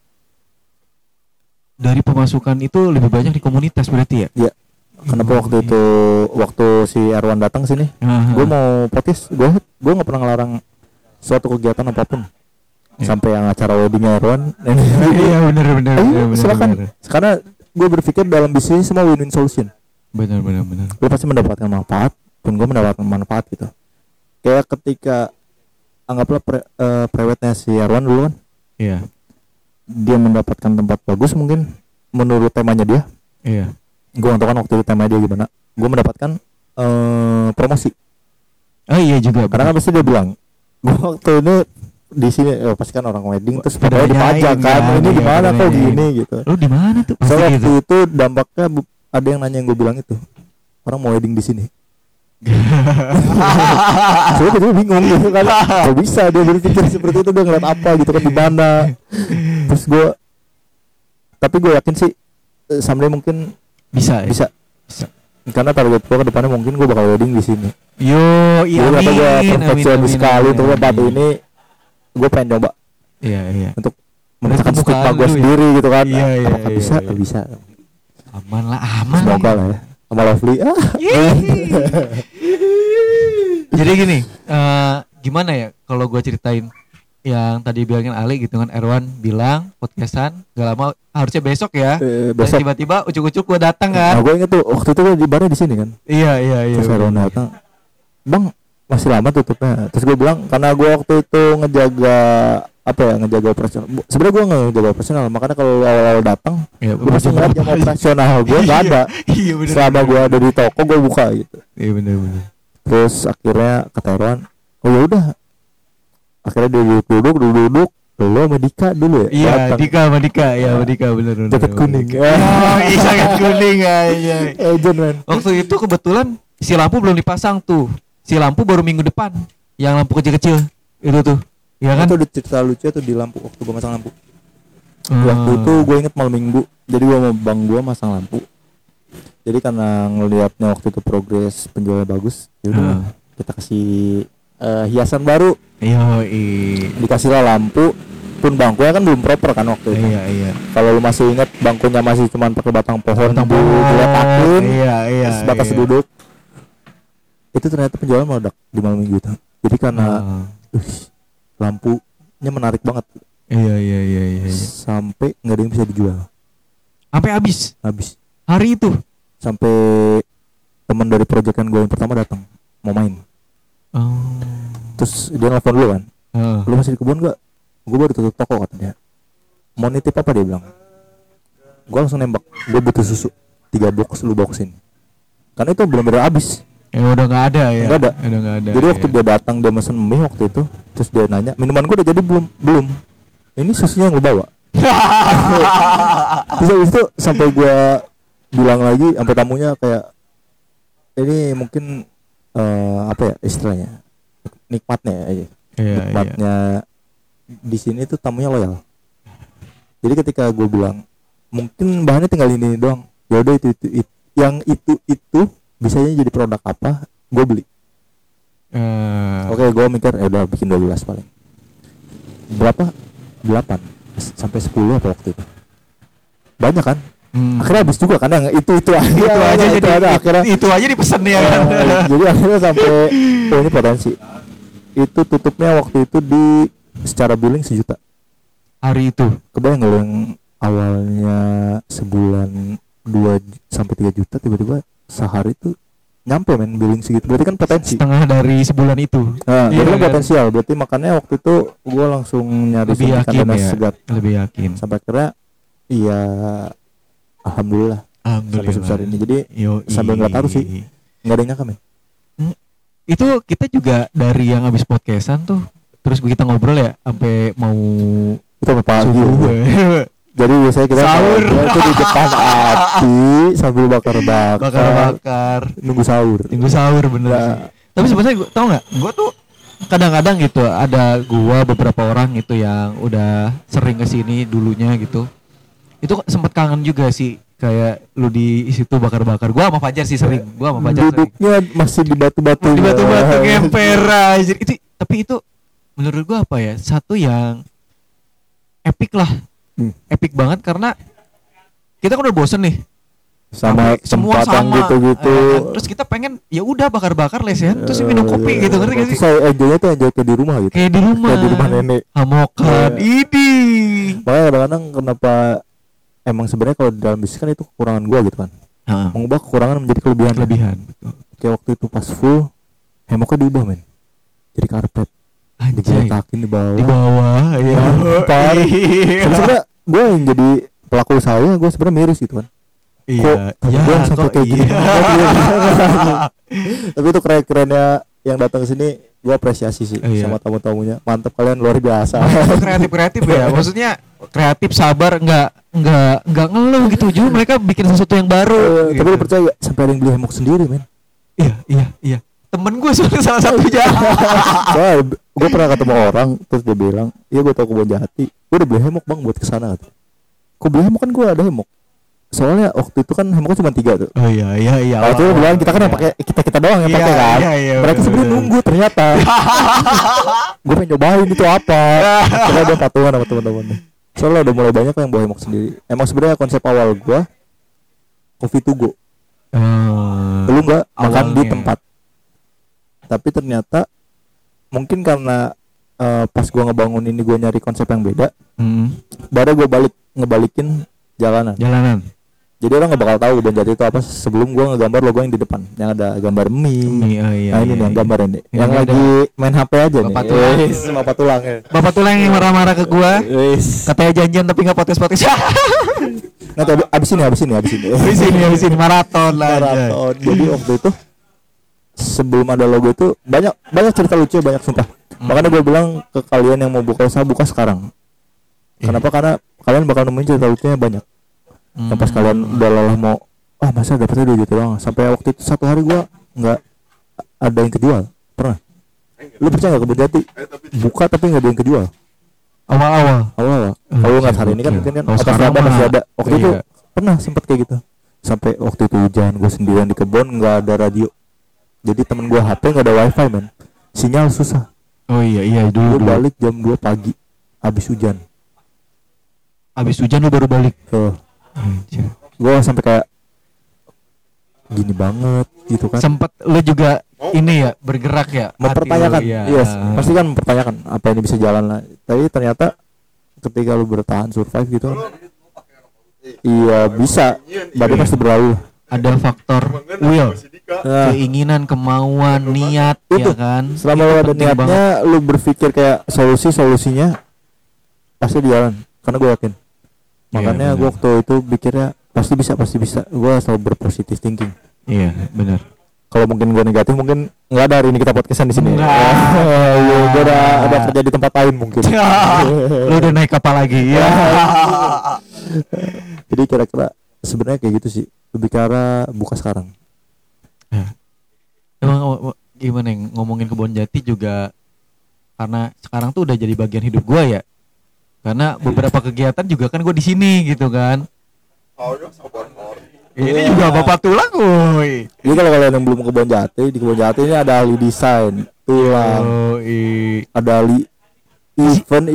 Dari pemasukan itu lebih banyak di komunitas berarti ya? Iya. Kenapa waktu si Erwan datang sini, gue mau podcast, gue nggak pernah ngelarang suatu kegiatan apapun. Sampai yang acara weddingnya Erwan. Iya benar. Silakan. Karena gue berpikir dalam bisnis semua win-win solution. Benar. Gue pasti mendapatkan manfaat, pun gue mendapatkan manfaat gitu. Kayak ketika anggaplah prewednya si Erwan dulu kan. Iya. Dia mendapatkan tempat bagus mungkin menurut temanya dia. Iya. Gue nggak tahu kan waktu itu tema dia gimana. Gue mendapatkan promosi. Oh iya juga. Karena kan pasti dia bilang, gue waktu ini di sini pasti kan orang wedding terus Pada fotonya dipajang nanyain kan, kan, ini iya, gimana pada kok nanyain. gini gitu. Lu di mana tuh? Pasti Soalnya gitu. waktu itu dampaknya ada yang nanya yang gue bilang itu orang mau wedding di sini. Soalnya gue bingung gitu kan, kok bisa dia berpikir seperti itu, dia ngeliat apa gitu kan di mana. Terus gue, tapi gue yakin sih someday mungkin Bisa ya? bisa. Karena target gue ke depannya mungkin gue bakal wedding di sini. Yo, iya, Jadi gue amin. perfeksionis sekali untuk amin, tempat amin. ini. Gue pengen coba Iya, iya. untuk memecahkan Kebukaan stigma gue lu ya? sendiri gitu kan. Iya, iya, Apakah iya, bisa? iya. Bisa. Aman lah, aman. Semoga lah ya. Sama Lovely. Jadi gini, gimana ya kalau gue ceritain yang tadi bilangin Ali gitu kan, Erwan bilang podcastan gak lama, harusnya besok ya. Dan Besok. tiba-tiba ucuk-ucuk gue datang Nah, kan. gue inget tuh waktu itu gue di barnya di sini kan. Iya, iya, iya. Terus Aaron datang, Bang masih lama tutupnya. Terus gue bilang karena gue waktu itu ngejaga operasional. Sebenarnya gue nggak ngejaga operasional, makanya kalau awal-awal datang Iya, gue pasti ngeliat jam operasional gue nggak ada. Iya, bener. Selama gue ada di toko gue buka gitu. Iya, bener. Terus akhirnya kata Aaron, oh ya udah. Akhirnya dia duduk, lo sama Dika dulu ya. Iya, datang. Dika sama Dika, ya sama Dika bener. Jaket kuning. Oh, iya, jaket kuning aja. Agent man. Waktu itu kebetulan si lampu belum dipasang tuh. Si lampu baru minggu depan. Yang lampu kecil-kecil itu tuh. Iya kan? Itu udah cerita lucu tuh di lampu waktu gue masang lampu. Hmm. Waktu itu gue inget malam minggu, jadi gue sama bang gue masang lampu. Jadi karena ngelihatnya waktu itu progres penjualannya bagus, yaudah kita kasih hiasan baru. Iya, Dikasih lah lampu, pun bangkunya kan belum proper kan waktu itu. iya. Kalau lu masih ingat bangkunya masih cuman pakai batang pohon, Batang pohon. diletakin, Iya. sebatas duduk. Itu ternyata penjualan meledak di malam minggu itu. Jadi karena lampunya menarik banget. Iya. Sampai nggak ada yang bisa dijual. Sampai habis hari itu. Sampai teman dari proyekan gue yang pertama datang mau main. Oh. Terus dia nelfon lu kan, lu masih di kebun gak? Gue baru tutup toko katanya. Mau nitip apa dia bilang? Gue langsung nembak, gue butuh susu 3 box, lu bawa kesini. Karena itu belum habis. Udah nggak ada ya. Nggak ada. Udah nggak ada. Jadi waktu dia datang dia mesen mie waktu itu, terus dia nanya minuman gue udah jadi belum. Ini susunya yang lu bawa. Terus habis itu sampai gue bilang lagi sampai tamunya kayak ini mungkin apa ya istilahnya nikmatnya aja. Nikmatnya di sini tuh tamunya loyal. Jadi ketika gue bilang mungkin bahannya tinggal ini doang, ya udah itu yang itu bisanya jadi produk apa gue beli. Oke, gue mikir ya udah bikin 12 paling. Berapa? 8 sampai 10 apa waktu itu. Banyak kan? Akhirnya habis juga kan yang itu aja jadi akhirnya itu aja dipesan ya kan. Jadi akhirnya sampai ini potensi. Itu tutupnya waktu itu di secara billing 1 juta. Hari itu. Kebayang nggak yang awalnya sebulan 2 sampai 3 juta tiba-tiba sehari itu nyampe men billing segitu. Berarti kan potensi. Setengah dari sebulan itu. Nah, Iya, berarti kan kan? potensial. Berarti makanya waktu itu gue langsung nyari Lebih suntikan yakin dana ya. segar. Lebih yakin. Sampai akhirnya iya alhamdulillah sampai sebesar ini. Jadi sambil ngeliat taruh sih nggak ada yang nyangka men. Itu kita juga dari yang habis podcastan tuh, terus kita ngobrol ya sampai mau Itu sampai pagi. subuh. Jadi biasanya kita Sahur. ngobrol itu di depan api sambil bakar-bakar nunggu sahur. Tunggu sahur bener Ya. sih. Tapi sebenarnya gua tau nggak, gua tuh kadang-kadang gitu ada beberapa orang gitu yang udah sering kesini dulunya gitu. Itu sempat kangen juga sih, kayak lu di situ bakar-bakar. Gua sama Fajar sih sering. Gua sama Fajar sering. Duduknya masih di batu-batu. Di batu-batu ngemper aja. Tapi itu menurut gua apa ya? Satu yang epic lah. Epic banget karena kita kan udah bosen nih. Sama Semua tempat yang sama gitu-gitu. kan? Terus kita pengen ya udah bakar-bakar lesehan terus minum kopi gitu, ngerti gak sih? Saya enjoy kayak di rumah gitu. Kayak di rumah. Kayak di rumah nenek. Hamokan. Idi. Makanya kadang-kadang kenapa emang sebenarnya kalau di dalam bisnis kan itu kekurangan gua gitu kan. Mengubah kekurangan menjadi kelebihan. Kayak waktu itu pas full hemoknya diubah men. Jadi karpet. Digeletakin di bawah. Ya. Par. Sebenarnya gue yang jadi pelaku usahanya gue sebenarnya miris gitu kan. Iya. Gue sampai kayak gini. Tapi itu keren-kerennya yang datang ke sini gue apresiasi sih sama tamu-tamunya. Mantap, kalian luar biasa. Kreatif ya. Maksudnya kreatif, sabar, nggak ngeluh gitu. Juga mereka bikin sesuatu yang baru. Tapi lu percaya gak? Sampai ada yang beli hemok sendiri, men. Iya. Temen gue salah satunya. Soalnya gue pernah ketemu orang terus dia bilang, iya gue tau Kebonjati, gue udah beli hemok bang buat kesana. Kok beli hemok? Kan gue ada hemok. Soalnya waktu itu kan hemoknya cuma 3 tuh. Oh iya. Waktu itu bilang kita kan yang pakai kita doang yang pakai kan. Iya, mereka sebenarnya nunggu ternyata. Gue pengen nyobain itu apa. Karena ada patungan sama teman-teman. Soalnya udah mulai banyak yang bawa hemok sendiri. Emang sebenarnya konsep awal gue coffee to go. Lu nggak makan di tempat. Tapi ternyata mungkin karena pas gue ngebangun ini gue nyari konsep yang beda. Baru gue ngebalikin jalanan. Jadi orang nggak bakal tahu Kebonjati itu apa sebelum gue ngegambar logo yang di depan yang ada gambar mie. Nah ini nih yang gambar ini. Yang lagi main HP aja nih. Bapak tulang. Bapak tulang yang marah-marah ke gue. Katanya janjian tapi nggak potes. Nanti abis ini maraton. Jadi waktu itu sebelum ada logo itu banyak cerita lucu, banyak sumpah. Makanya gue bilang ke kalian yang mau buka usaha, buka sekarang. Kenapa? Karena kalian bakal nemuin cerita lucunya banyak. Yang pas kalian udah lelah mau masa dapetnya 2 juta doang. Sampai waktu itu satu hari gue nggak ada yang kejual. Pernah? Lu percaya nggak Kebonjati buka tapi nggak ada yang kejual? Awal. Kalau nggak hari ini kan mungkin kan masih ada. Waktu itu pernah sempet kayak gitu. Sampai waktu itu hujan, gue sendirian di kebun, nggak ada radio. Jadi temen gue HP nggak ada wifi, men. Sinyal susah. Oh iya dulu. Gue balik jam 2 pagi abis hujan lu baru balik. Gue sampai kayak gini banget gitu kan. Sempet lu juga ini ya bergerak ya, mempertanyakan. Yes, pasti kan mempertanyakan apa ini bisa jalan lah. Tapi ternyata ketika lu bertahan survive gitu, iya bisa. Berarti pasti berlalu. Ada faktor will, keinginan, kemauan, niat itu, ya kan. Selama lu ada niatnya, lu berpikir kayak solusinya pasti jalan. Karena gue yakin. Makanya gue waktu itu pikirnya pasti bisa. Gue selalu berpositif thinking. Iya, benar. Kalau mungkin gue negatif, mungkin nggak ada hari ini kita podcastan di sini. Gue udah kerja di tempat lain mungkin. Lu udah naik kapal lagi. Ya. Jadi kira-kira sebenarnya kayak gitu sih. Bicara buka sekarang. Emang gimana yang ngomongin Kebonjati juga karena sekarang tuh udah jadi bagian hidup gue ya. Karena beberapa kegiatan juga kan gue di sini gitu kan. Ini juga bapak tulang, woi. Jadi kalau kalian yang belum ke Kebonjati, di Kebonjati ini ada ahli desain tulang, ada ahli event,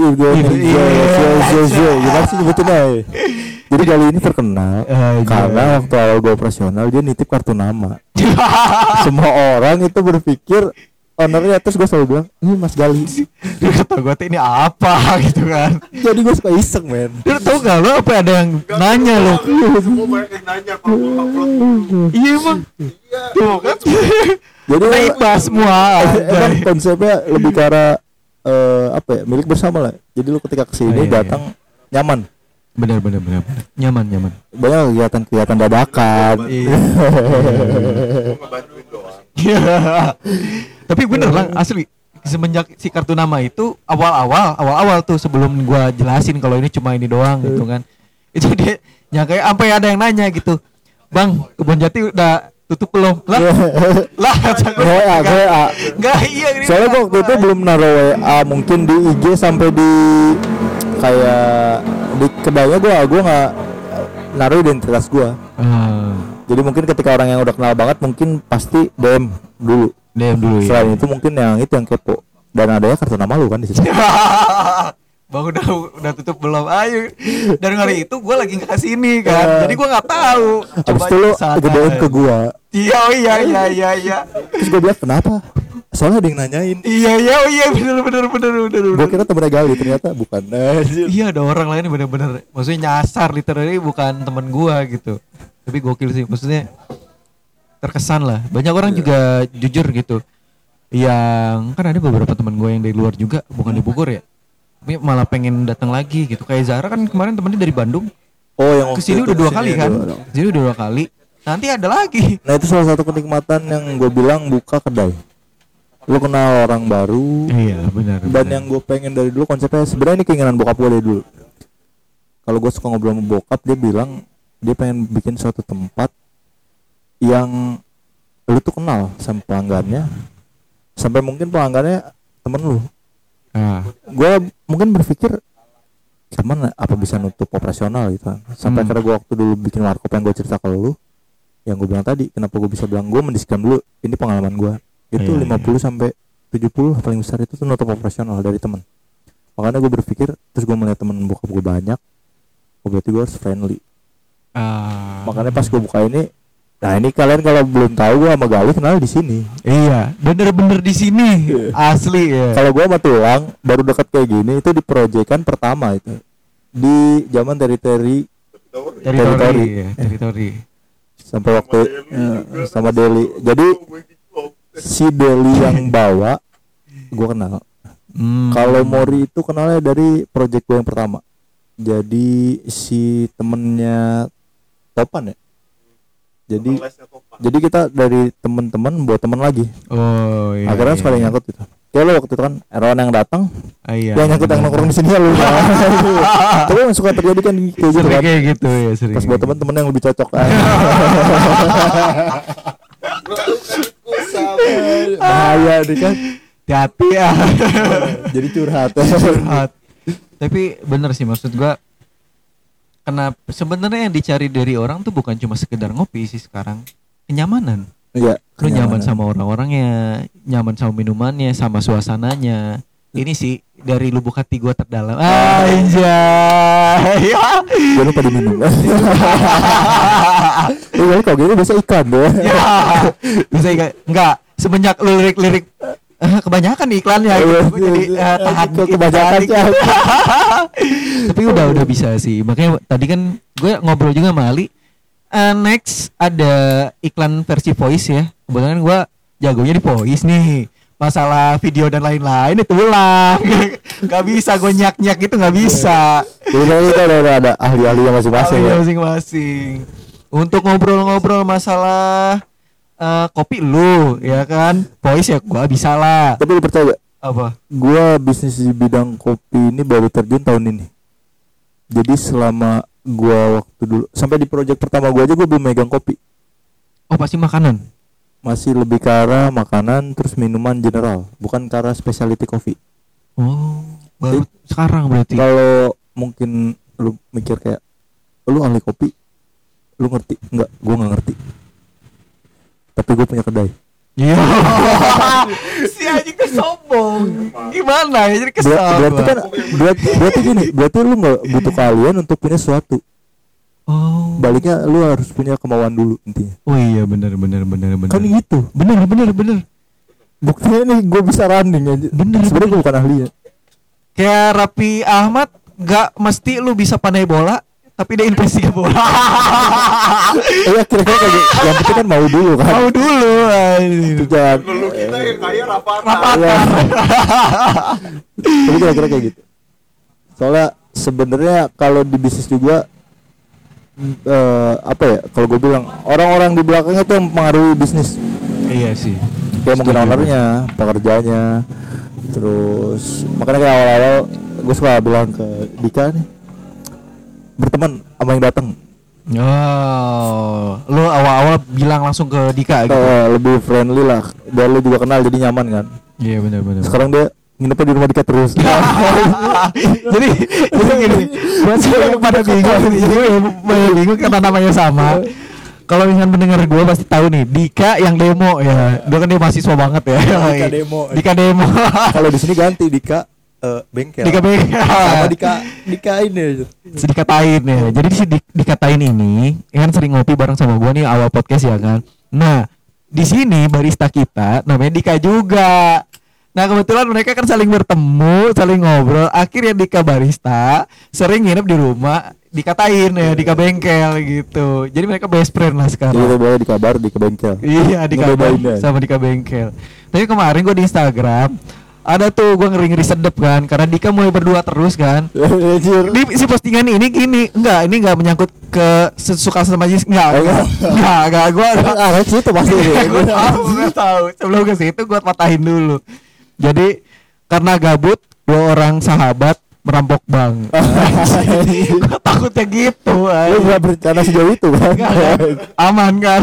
gimana sih sebetulnya? Jadi kali ini terkenal karena waktu awal gue operasional dia nitip kartu nama. Semua orang itu berpikir ownernya, terus gue selalu bilang ini Mas Gali. Dia kata gue ini apa gitu kan. Jadi gue suka iseng, men. Dia tau gak lo apa ada yang nanya lo. Semua banyak yang nanya kalau iya emang. Tuh kan. Jadi naibah semua. Emang konsepnya lebih ke arah milik bersama lah. Jadi lu ketika kesini datang nyaman. Benar. Nyaman. Banyak kegiatan dadakan. ngebantuin doang. Tapi bener lah asli. Semenjak si kartu nama itu awal tuh sebelum gua jelasin kalau ini cuma ini doang gitu kan. Itu dia nyangka sampai ada yang nanya gitu. Bang, Kebonjati udah tutup belum? Lah WA. Enggak, iya ini. Soalnya gua waktu itu belum naruh WA, mungkin di IG sampai di kayak di kedainya gua nggak naruh identitas gua. Jadi mungkin ketika orang yang udah kenal banget mungkin pasti DM dulu. Selain itu mungkin yang kepo. Dan adanya kartu nama lu kan di situ. Bang udah tutup belum? Ayo. Dan hari itu gue lagi nggak kesini kan. Jadi gue nggak tahu. Habis itu lu gedein ke gua. Iya. Terus gue bilang kenapa? Soalnya ada yang nanyain. Iya bener. Gue kira temennya Gali, ternyata bukan. Iya ada orang lain bener-bener. Maksudnya nyasar literally bukan temen gue gitu. Tapi gokil sih. Maksudnya terkesan lah. Banyak orang juga jujur gitu. Yang kan ada beberapa teman gue yang dari luar juga, bukan di Bogor ya. Tapi malah pengen datang lagi gitu. Kayak Zara kan kemarin temennya dari Bandung. Oh, yang kesini udah 2 kali kan. Kesini udah 2 kali. Nanti ada lagi. Nah itu salah satu kenikmatan yang gue bilang buka kedai. lu kenal orang baru. Iya benar. Dan yang gue pengen dari dulu konsepnya sebenarnya ini keinginan bokap gue dari dulu. Kalau gue suka ngobrol sama bokap, dia bilang dia pengen bikin suatu tempat yang lu tuh kenal sama pelanggannya, sampai mungkin pelanggannya temen lu. Gue mungkin berpikir gimana apa bisa nutup operasional gitu kan. Sampai akhirnya gue waktu dulu bikin warkop yang gue cerita ke lu, yang gue bilang tadi, kenapa gue bisa bilang gue mendisklaim dulu ini pengalaman gue. Itu 50 sampai 70 paling besar itu tuh nutup operasional dari temen. Makanya gue berpikir, terus gue melihat temen bokap gue banyak, berarti gue harus friendly. Makanya pas gue buka ini, nah ini kalian kalau belum tahu gue sama Galih kenal di sini. Iya, bener-bener di sini. Asli ya. Kalau gue sama Tulang baru dekat kayak gini itu di proyekan pertama itu di zaman teritori. Sampai waktu sama Deli. Jadi si Deli yang bawa gue kenal. Kalau Mori itu kenalnya dari proyek gue yang pertama. Jadi si temennya Topan ya. Jadi kita dari teman-teman buat teman lagi. Oh iya. Akhirnya sekali nyangkut itu. Kayak lo waktu itu kan Erwan yang datang. Iya. Yang nyangkut yang nongkrong di sini ya lu. Tapi yang suka terjadi kan kayak gitu kan. Kayak gitu ya sering. Pas buat teman-teman yang lebih cocok kan. Bahaya nih kan. Hati-hati ya. Jadi curhat. Tapi bener sih maksud gua. Kenapa sebenarnya yang dicari dari orang tuh bukan cuma sekedar ngopi sih sekarang, kenyamanan. Iya. Lu nyaman sama orang-orangnya, nyaman sama minumannya, sama suasananya. Ini sih dari lubuk hati gua terdalam. Anjay. Jangan lupa diminum. Kok gitu bisa ikan deh. Bisa ikan. Enggak, semenjak lu lirik-lirik kebanyakan iklannya gitu. Jadi tahan kebanyakan sih. Tapi udah bisa sih. Makanya tadi kan gue ngobrol juga sama Ali. Next ada iklan versi voice ya. Kebetulan gue jagonya di voice nih. Masalah video dan lain-lain itu ulang. Gak bisa gue nyak-nyak gitu, gak bisa. Jadi kita udah ada ahli-ahli yang masing-masing. Untuk ngobrol-ngobrol masalah kopi lu ya kan, voice ya gua bisa lah. Tapi lu percaya gak? Apa? Gua bisnis di bidang kopi ini baru terjun tahun ini. Jadi selama gua waktu dulu sampai di proyek pertama gua aja gua belum megang kopi. Oh pasti makanan? Masih lebih ke arah makanan terus minuman general, bukan ke arah specialty coffee. Oh, baru sekarang berarti. Kalau mungkin lu mikir kayak lu ahli kopi, lu ngerti? Enggak, gua nggak ngerti. Tapi gue punya kedai. Iya. Si anjing tuh sombong. Gimana ya jadi kesal. Berarti kan berarti gini, berarti lu nggak butuh kalian untuk punya sesuatu. Oh. Baliknya lu harus punya kemauan dulu intinya. Oh iya benar. Kan gitu. Benar. Buktinya nih gue bisa running aja. Bener. Sebenarnya gue bukan ahli ya. Kayak Raffi Ahmad gak mesti lu bisa pandai bola. Tapi dia investigasi bola. Iya kira-kira kayak gitu. Yang penting kan mau dulu kan. Mau dulu. Itu jangan. Dulu kita yang kaya rapat. Tapi kira-kira kayak gitu. Soalnya sebenarnya kalau di bisnis juga apa ya? Kalau gue bilang orang-orang di belakangnya tuh yang mempengaruhi bisnis. Iya sih. Kayak mungkin ownernya, pekerjanya. Terus makanya kayak awal-awal gue suka bilang ke Dika nih, berteman sama yang datang. Oh, lu awal-awal bilang langsung ke Dika gitu. Lebih friendly lah, biar lu juga kenal jadi nyaman kan. Iya benar. Sekarang dia nginepnya di rumah Dika terus. jadi gini, buat saya pada bingung karena namanya sama. Kalau misalnya pendengar gue pasti tahu nih Dika yang demo ya. Dia kan dia mahasiswa banget ya. Dika demo. Kalau di sini ganti Dika bengkel. Dika bengkel. Sama Dika ini. Dikatain ya. Jadi si dikatain ini kan sering ngopi bareng sama gue nih awal podcast ya kan. Nah di sini barista kita namanya Dika juga. Nah kebetulan mereka kan saling bertemu, saling ngobrol. Akhirnya Dika barista sering nginep di rumah, dikatain ya Dika bengkel gitu. Jadi mereka best friend lah sekarang. Jadi boleh dikabar Dika bengkel. Iya Dika sama Dika bengkel. Tapi kemarin gue di Instagram ada tuh gue ngeri sedep kan, karena Dika mulai berdua terus kan. Anjir. Di si postingan ini gini, ini enggak menyangkut ke sesuka sama Jis, enggak gue Ada sih itu pasti. gue tahu sebelum ke situ gue patahin dulu. Jadi karena gabut dua orang sahabat merampok bank. Gue takutnya gitu. Lu gak berencana sejauh itu kan? Aman kan?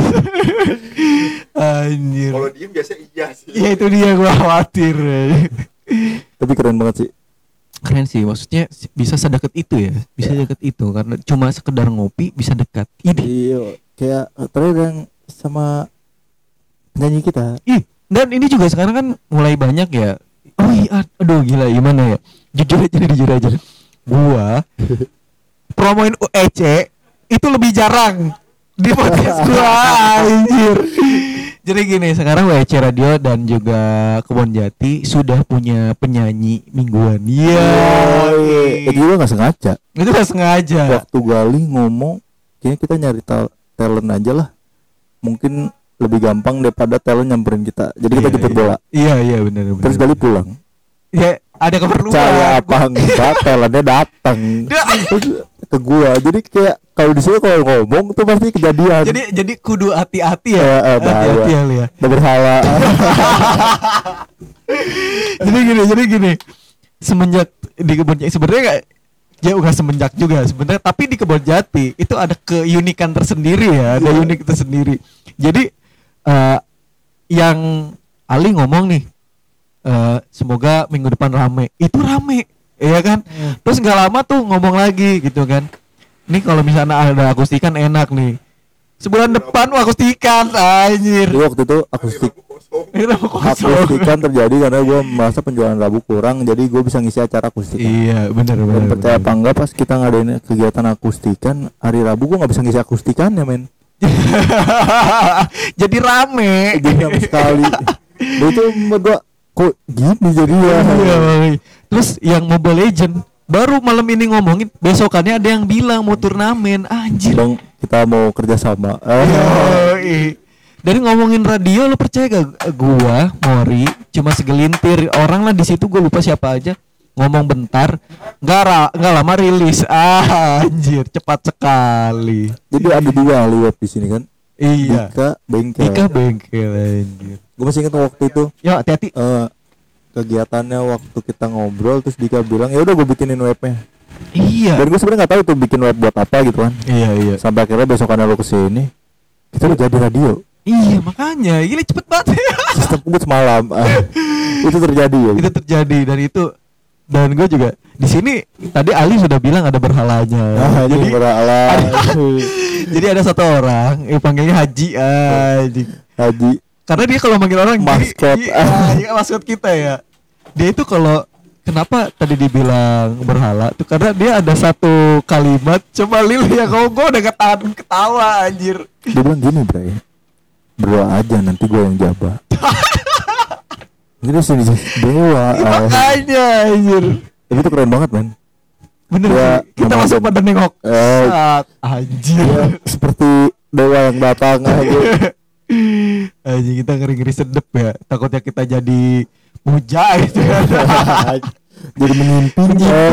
Anjir. Kalau diem biasa iya sih. Ya itu dia gue khawatir. Tapi keren banget sih. Keren sih, maksudnya bisa sedekat itu ya, bisa dekat itu karena cuma sekedar ngopi bisa dekat. Iya, kayak terakhir yang sama penyanyi kita. Dan ini juga sekarang kan mulai banyak ya. Oh iya, aduh gila gimana ya? Jujur aja. Gua promoin UEC itu lebih jarang di podcast gua, anjir. Jadi gini, sekarang WC Radio dan juga Kebon Jati sudah punya penyanyi mingguan. Iya. Itu juga nggak sengaja. Itu nggak sengaja. Waktu Gali ngomong, kayaknya kita nyari talent aja lah. Mungkin lebih gampang daripada talent nyamperin kita. Jadi kita jemput bola. Iya benar. Terus Gali pulang. Ya ada keperluan. Saya apa enggak, talentnya datang ke gua. Jadi kayak kalau di sini kalau ngomong tuh pasti kejadian. Jadi kudu hati-hati ya. Hati-hati ya. Berhala. jadi gini. Semenjak di Kebon Jati sebenarnya enggak semenjak juga sebenarnya, tapi di Kebon Jati itu ada keunikan tersendiri ya, ada unik tersendiri. Jadi yang Ali ngomong nih, semoga minggu depan rame. Itu rame, iya kan? Terus nggak lama tuh ngomong lagi gitu kan. Nih kalau misalnya ada akustikan enak nih. Sebulan depan akustikan, anjir. Jadi waktu itu akustikan terjadi karena gue merasa penjualan Rabu kurang, jadi gue bisa ngisi acara akustikan. Iya, benar. Dan percaya apa enggak, pas kita ngadain kegiatan akustikan hari Rabu gue nggak bisa ngisi akustikan ya men. Jadi rame sekali. Dan itu menurut gue kok gini jadinya. Iya. Terus yang Mobile Legend baru malam ini ngomongin, besokannya ada yang bilang mau turnamen, anjir. Bang, kita mau kerja sama. Dari ngomongin radio, lo percaya gak? Gua, Mori, cuma segelintir orang lah di situ, gue lupa siapa aja. Ngomong bentar, nggak lama rilis. Anjir, cepat sekali. Jadi ada dua liwat di sini kan? Iya. Dika bengkel anjir. Gue masih ingat waktu itu. Ya hati-hati. Kegiatannya waktu kita ngobrol, terus Dika bilang ya udah gue bikinin webnya. Iya. Dan gue sebenarnya nggak tahu tuh bikin web buat apa gitu kan. Iya. Sampai akhirnya besokannya lo kesini, kita udah jadi radio. Iya makanya, gila cepet banget. Sistem gue semalam. Itu terjadi ya. Itu terjadi dan gue juga di sini tadi Ali sudah bilang ada berhalanya. Jadi berhala. Jadi ada satu orang yang panggilnya Haji. Haji. Karena dia kalau manggil orang maskot. Iya, maskot kita ya. Dia itu kalau kenapa tadi dibilang berhala tuh karena dia ada satu kalimat, coba Lil ya, kau gue udah ketawa anjir. Dia bilang gini, Bray, berdoa aja nanti gue yang jabah. Ini sini berdoa. Makanya anjir. Tapi itu keren banget man. Bener ya, sih. Kita langsung pada nengok. Anjir. Ya, seperti dewa yang datang aja. Anjir, kita ngeri sedep ya. Takutnya kita jadi muja gitu ya. Jadi menyimping.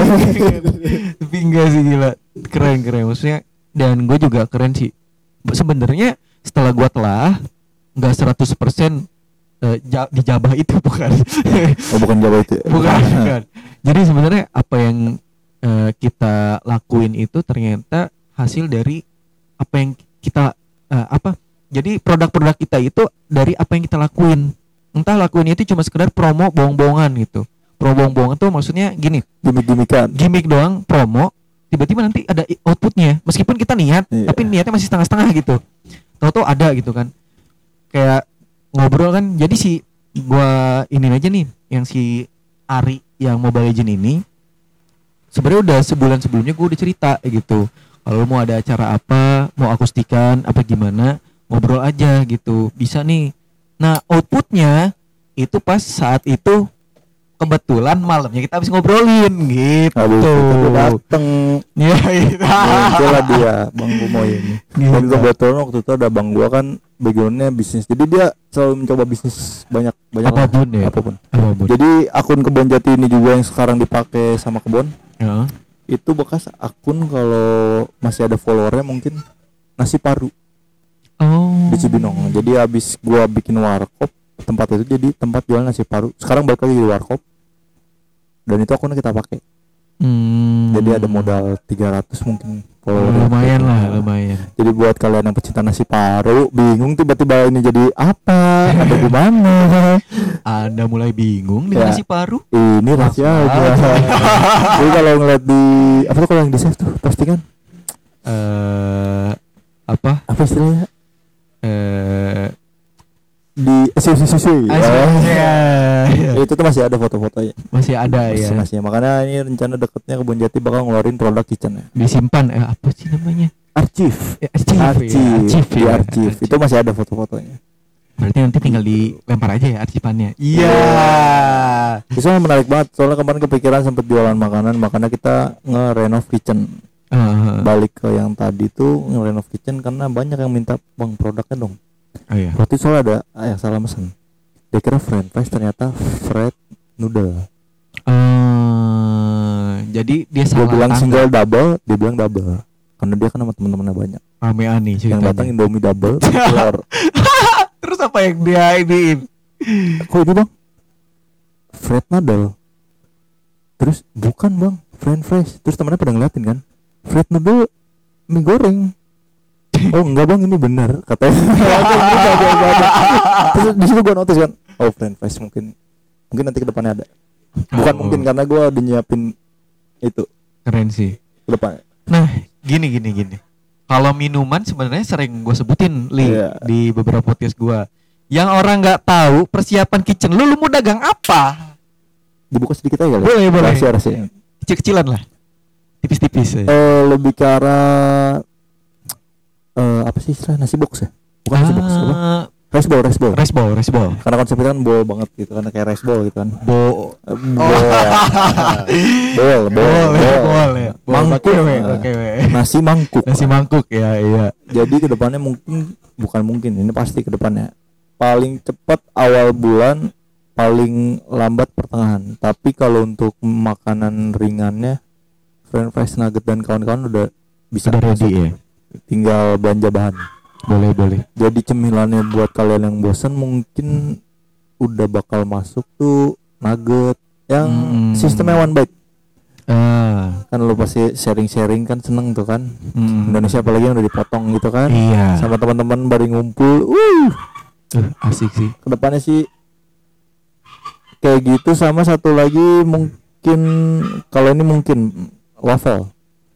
Tapi enggak sih, gila. Keren maksudnya. Dan gue juga keren sih. Sebenarnya setelah gue telah enggak 100% dijabah itu bukan. Bukan jabah itu. Bukan. Jadi sebenarnya apa yang kita lakuin itu ternyata hasil dari apa yang kita jadi produk-produk kita itu dari apa yang kita lakuin. Entah lakuin itu cuma sekedar promo bohong-bohongan gitu. Promo bohong-bohongan tuh maksudnya gini, gimmick doang, promo, tiba-tiba nanti ada outputnya. Meskipun kita niat, tapi niatnya masih setengah-setengah gitu. Tahu-tahu ada gitu kan. Kayak ngobrol kan, jadi gua ini aja nih, yang si Ari yang Mobile Legend ini sebenarnya udah sebulan sebelumnya gue udah cerita gitu, kalau mau ada acara apa, mau akustikan apa gimana, ngobrol aja gitu, bisa nih. Nah outputnya itu pas saat itu kebetulan malamnya kita habis ngobrolin gitu. Habis itu dateng Iya, iya. muncul lah dia Bang Kumoy ini. Gila. Dan kebetulan waktu itu ada bang gua kan backgroundnya bisnis, jadi dia selalu mencoba bisnis banyak Apapun ya. apapun. Apapun. Jadi akun Kebon Jati ini juga yang sekarang dipakai sama Kebon, Ya. itu bekas akun kalau masih ada followernya mungkin nasi paru Oh. di Cibinong. Jadi habis gua bikin warkop, tempat itu jadi tempat jualan nasi paru. Sekarang balik lagi di warkop. Dan itu akunnya kita pakai. Jadi ada modal 300 mungkin follower. Lumayan lah, lumayan. Jadi buat kalian yang pecinta nasi paru, bingung tiba-tiba ini jadi apa? Ada di mana? Anda mulai bingung Ya. dengan nasi paru? Ini rahasia aja. Jadi kalau ngeliat di apa tuh kalau yang di save tuh postingan Apa? apa istilahnya? Di save. Ya. Itu tuh masih ada foto-fotonya. Masih ada ya. Masih. Makanya ini rencana deketnya Kebon Jati bakal ngeluarin produk kitchen ya. Disimpan apa sih namanya? Arsip. Arsip Di ya. arsip. Itu masih ada foto-fotonya. Berarti nanti tinggal dilempar aja ya arsipannya. Iya. Itu menarik banget. Soalnya kemarin kepikiran sempet jualan makanan, makanya kita nge-renov kitchen. Balik ke yang tadi tuh nge-renov kitchen karena banyak yang minta bang produknya dong. Oh iya. Waktu itu soalnya ada yang salah mesen. Dia kira french fries, ternyata fried noodle. Jadi dia Dia salah bilang tangga. single double, dia bilang double. Karena dia kan sama teman-temannya banyak. Ramean nih Yang ceritanya. datang Indomie double, telur. Terus apa yang dia iniin? Kok ini bang? Fried noodle. Terus bukan bang, french fries. Terus temannya pada ngeliatin kan. Fried noodle mie goreng. Oh enggak bang, ini benar katanya. Terus di situ gua notice kan, oh french fries mungkin nanti ke depannya ada. Bukan mungkin karena gua udah nyiapin itu Keren sih. ke depan. Nah, gini. Kalau minuman sebenarnya sering gue sebutin Iya. di beberapa podcast gue. Yang orang nggak tahu persiapan kitchen lu mau dagang apa? Dibuka sedikit aja kali. Boleh. Rahasia. Kecil-kecilan lah. Tipis-tipis ya. Lebih ke arah apa sih istilah nasi box ya? Bukan nasi box apa? Rice bowl. Rice ball. Karena konsepnya kan bowl banget gitu, karena kayak rice bowl gitu kan. Bo. Bowl. Ya. Mangkuk. Nasi mangkuk. Nasi mangkuk ya, iya. Jadi kedepannya ini pasti kedepannya paling cepat awal bulan, paling lambat pertengahan. Tapi kalau untuk makanan ringannya, french fries, nugget dan kawan-kawan udah bisa Udah ready masuk. ya. Tinggal belanja bahan. Boleh. Jadi cemilannya buat kalian yang bosan mungkin udah bakal masuk tuh nugget yang sistemnya one bite. Kan lu pasti sharing kan seneng tuh kan. Indonesia apalagi yang udah dipotong gitu kan. Iya. Sama teman-teman baru ngumpul. Asik sih. Kedepannya sih kayak gitu. Sama satu lagi mungkin kalau ini mungkin waffle.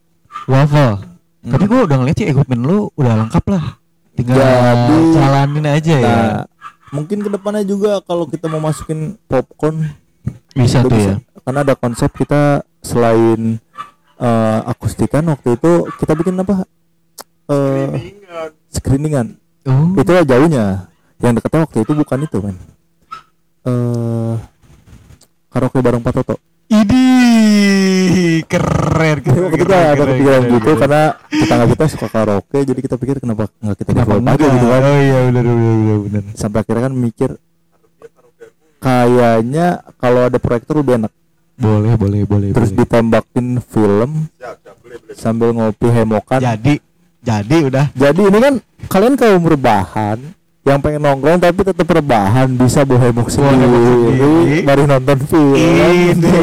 Tapi gue udah ngeliat sih equipment lu udah lengkap lah. Tinggal Jadi, jalanin aja ya. Nah, mungkin kedepannya juga kalau kita mau masukin popcorn Bisa udah tuh ya. Karena ada konsep kita selain akustikan waktu itu kita bikin apa? Screeningan. Oh. Itu lah jauhnya. Yang dekatnya waktu itu bukan itu kan. Karaoke bareng Pak Toto. Idi keren. Waktu itu ada kepikiran gitu karena tetangga kita suka karaoke, jadi kita pikir kenapa nggak kita develop aja gitu kan. Oh iya benar. Sampai akhirnya kan mikir kayaknya kalau ada proyektor lebih enak. Boleh. Terus ditembakin film sambil ngopi hemokan. Jadi udah. Jadi ini kan kalian kaum rebahan yang pengen nongkrong tapi tetap rebahan bisa bawa hemok sendiri, mari nonton film. Ini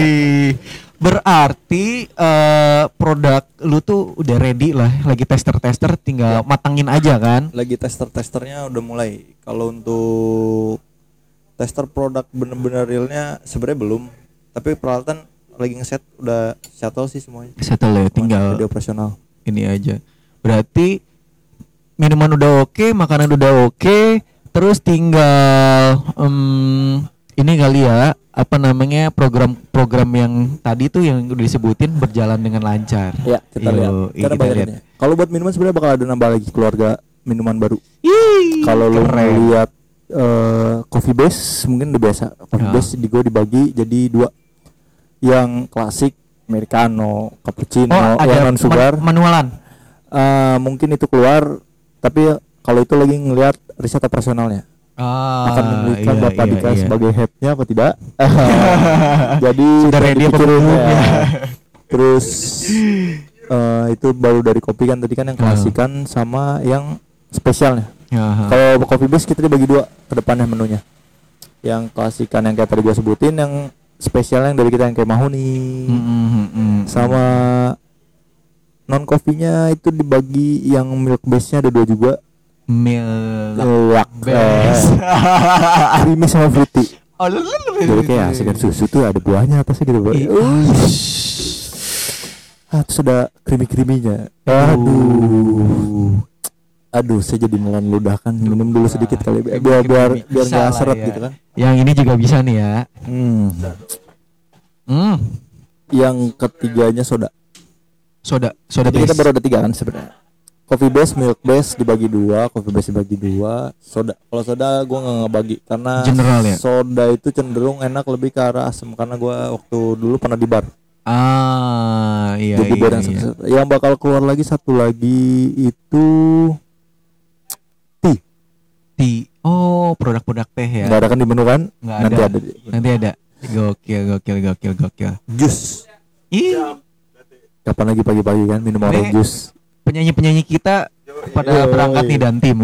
berarti produk lu tuh udah ready lah, lagi tester tinggal matangin aja kan. Lagi testernya udah mulai. Kalau untuk tester produk bener-bener realnya sebenarnya belum, tapi peralatan lagi ngeset udah shuttle sih semuanya. Settle ya, tinggal jadi operasional. Ini aja. Berarti minuman udah oke, makanan udah oke, terus tinggal ini kali ya, apa namanya, program-program yang tadi tuh yang udah disebutin berjalan dengan lancar. Ya, kita lihat. Karena banyak. Kalau buat minuman sebenarnya bakal ada nambah lagi keluarga minuman baru. Kalau lo lihat coffee base mungkin udah biasa. Coffee Ya. base di gue dibagi jadi 2. Yang klasik americano, cappuccino, yang non sugar. manualan. Mungkin itu keluar, tapi kalau itu lagi ngelihat riset operasionalnya. Akan memberikan Bapak Dika sebagai headnya apa tidak? Jadi Sudah ready apa dipikirin belum ya. ya? Terus itu baru dari kopi kan tadi kan yang klasikan sama yang spesialnya. Kalau coffee base kita dibagi 2 ke depannya menunya. Yang klasikan yang kayak tadi gua sebutin, yang spesialnya yang dari kita yang kayak mahoni. Sama non coffee-nya itu dibagi yang milk base-nya ada 2 juga. Milk base. Creamy sama fruity. Jadi kayak Jadi asikan susu tuh ada buahnya atasnya gitu, Bro. Terus ada creamy-creaminya. Aduh, saya jadi nelan ludah kan. Minum dulu sedikit kali biar enggak seret gitu kan. Yang ini juga bisa nih ya. Yang ketiganya soda. Soda Jadi kita base. baru ada 3 kan sebenarnya. Coffee base, milk base dibagi 2, coffee base dibagi 2, soda. Kalau soda gua enggak ngebagi karena General ya? soda itu cenderung enak lebih ke arah asam karena gua waktu dulu pernah di bar. Iya. Jadi bar yang bakal keluar lagi satu lagi itu tea. Oh, produk-produk teh ya. Nggak ada kan di menu kan? Nggak Nanti ada. ada. Nanti ada. Gokil. Jus. Ih, Kapan lagi pagi-pagi kan minum orange juice. penyanyi-penyanyi kita pada Yoi. berangkat nih dan tim.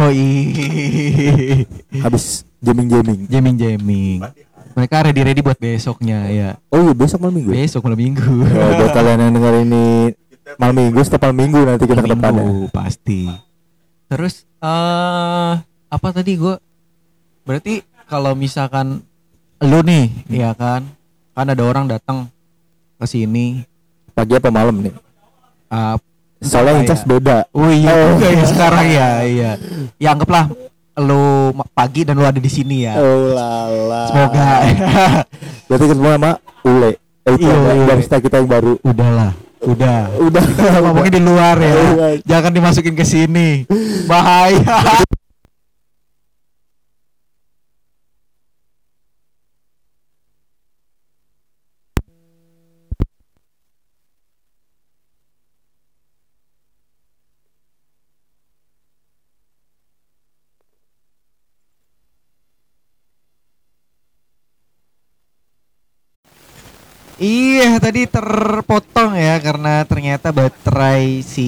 Habis jamming. Jamming. Mereka ready buat besoknya ya. Oh iya besok malam minggu. Besok malam minggu. Buat kalian yang dengar ini malam minggu, setiap malam minggu nanti kita ke depannya. Minggu, pasti. Terus apa tadi gua? Berarti kalau misalkan lu nih, ya kan ada orang datang ke sini Pagi apa malam nih? Soalnya entah incas ya. beda. Oh iya, kayak sekarang ya, iya. Ya anggaplah lu pagi dan lu ada di sini ya. Oh lala. Semoga. Berarti ketemu sama Ule. Itu Iya. barista kita yang baru. Udah. Udah Ngomongin di luar ya. Jangan dimasukin ke sini. Bahaya. Iya, tadi terpotong ya karena ternyata baterai si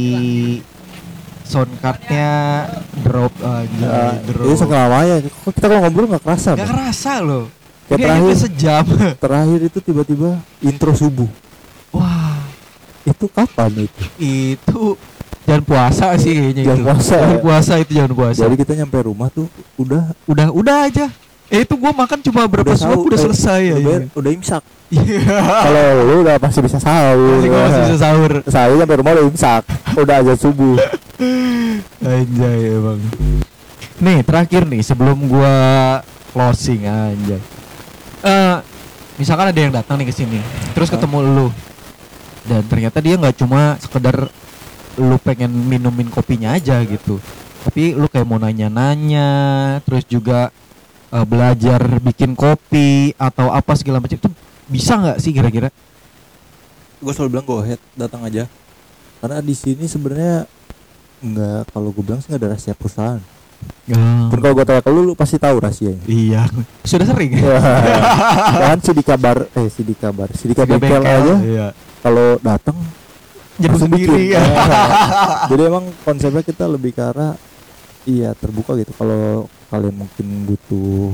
soundcardnya drop Ini sekarang ya. Kok kita kalau ngobrol nggak kerasa? Gak Bang? kerasa loh. Kayak Ini terakhir. hanya sejam. Terakhir itu tiba-tiba intro subuh. Wah, Itu kapan itu? itu jangan puasa sih kayaknya Jangan itu. puasa Jangan ya? puasa itu jangan puasa. Jadi kita nyampe rumah tuh Udah aja. Itu gua makan cuma berapa suap udah selesai ya. Udah imsak. Iya. Kalau lu udah pasti bisa sahur. Masih gua masih bisa sahur. Saya sampai rumah udah imsak. Udah aja subuh. Anjay emang. Nih terakhir nih sebelum gua closing anjay. Misalkan ada yang datang nih ke sini, terus ketemu lu, dan ternyata dia nggak cuma sekedar lu pengen minumin kopinya aja gitu, tapi lu kayak mau nanya-nanya, terus juga belajar bikin kopi atau apa segala macam itu bisa nggak sih kira-kira? Gue selalu bilang go ahead, datang aja. Karena di sini sebenarnya nggak, kalau gue bilang sih nggak ada rahasia perusahaan. Pun kalau gue tanya ke lu pasti tahu rahasianya. Iya, sudah sering. Kan Sidika Bengkel aja. Iya. Kalau datang Jadi langsung sendiri bikin. ya. Jadi emang konsepnya kita lebih ke arah terbuka gitu. Kalau kalian mungkin butuh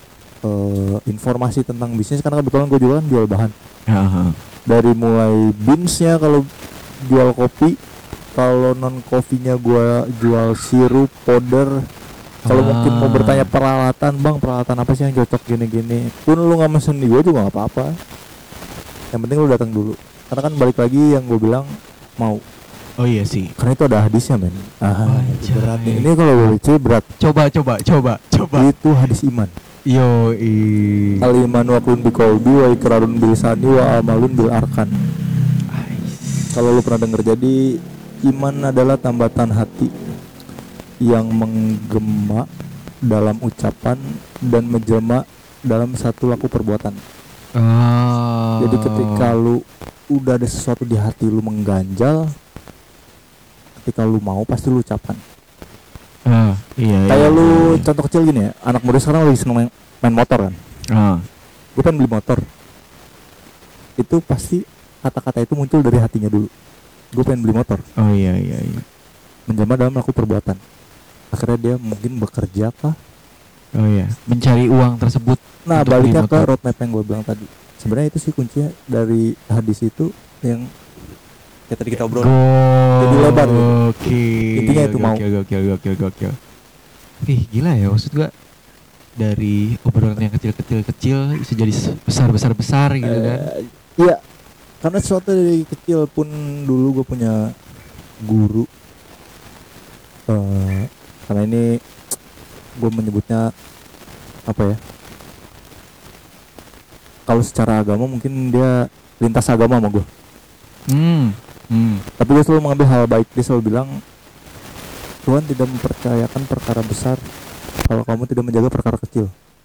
informasi tentang bisnis, karena kebetulan gue juga kan jual bahan. Dari mulai beansnya, kalau jual kopi, kalau non kopinya gue jual sirup, powder. Kalau mungkin mau bertanya peralatan, bang peralatan apa sih yang cocok gini-gini, pun lu nggak mesen di gue juga nggak apa-apa. Yang penting lu datang dulu. Karena kan balik lagi yang gue bilang mau. Oh iya sih. Karena itu ada hadisnya men. Berat nih. Anjay. Ini kalau boleh berat. Coba. Itu hadis iman. Yo Al imanu waklun biqalbi wa ikrarun bil lisani wa amalun bil arkan. Kalau lu pernah denger, jadi iman adalah tambatan hati yang menggema dalam ucapan dan menjelma dalam satu laku perbuatan. Jadi ketika lu udah ada sesuatu di hati lu mengganjal, ketika lu mau pasti lu ucapkan. Iya. Kayak lu contoh kecil gini ya, anak muda sekarang lagi seneng main motor kan. Gue pengen beli motor. Itu pasti kata-kata itu muncul dari hatinya dulu. Gue pengen beli motor. Oh iya. Menjelma dalam laku perbuatan. Akhirnya dia mungkin bekerja kah? Oh iya, mencari uang tersebut. Nah, untuk baliknya beli ke motor. roadmap yang gue bilang tadi. Sebenarnya itu sih kuncinya dari hadis itu yang kayak tadi kita obrol. Jadi lebar gitu. Oke. Intinya itu mau. Gokil. Ih, gila ya, maksud gua dari obrolan yang kecil bisa jadi besar gitu kan. Iya. Karena sesuatu dari kecil pun dulu gue punya guru. Karena ini gue menyebutnya apa ya? Kalau secara agama mungkin dia lintas agama sama gue. Tapi dia selalu mengambil hal baik. Dia selalu bilang Tuhan tidak mempercayakan perkara besar kalau kamu tidak menjaga perkara kecil.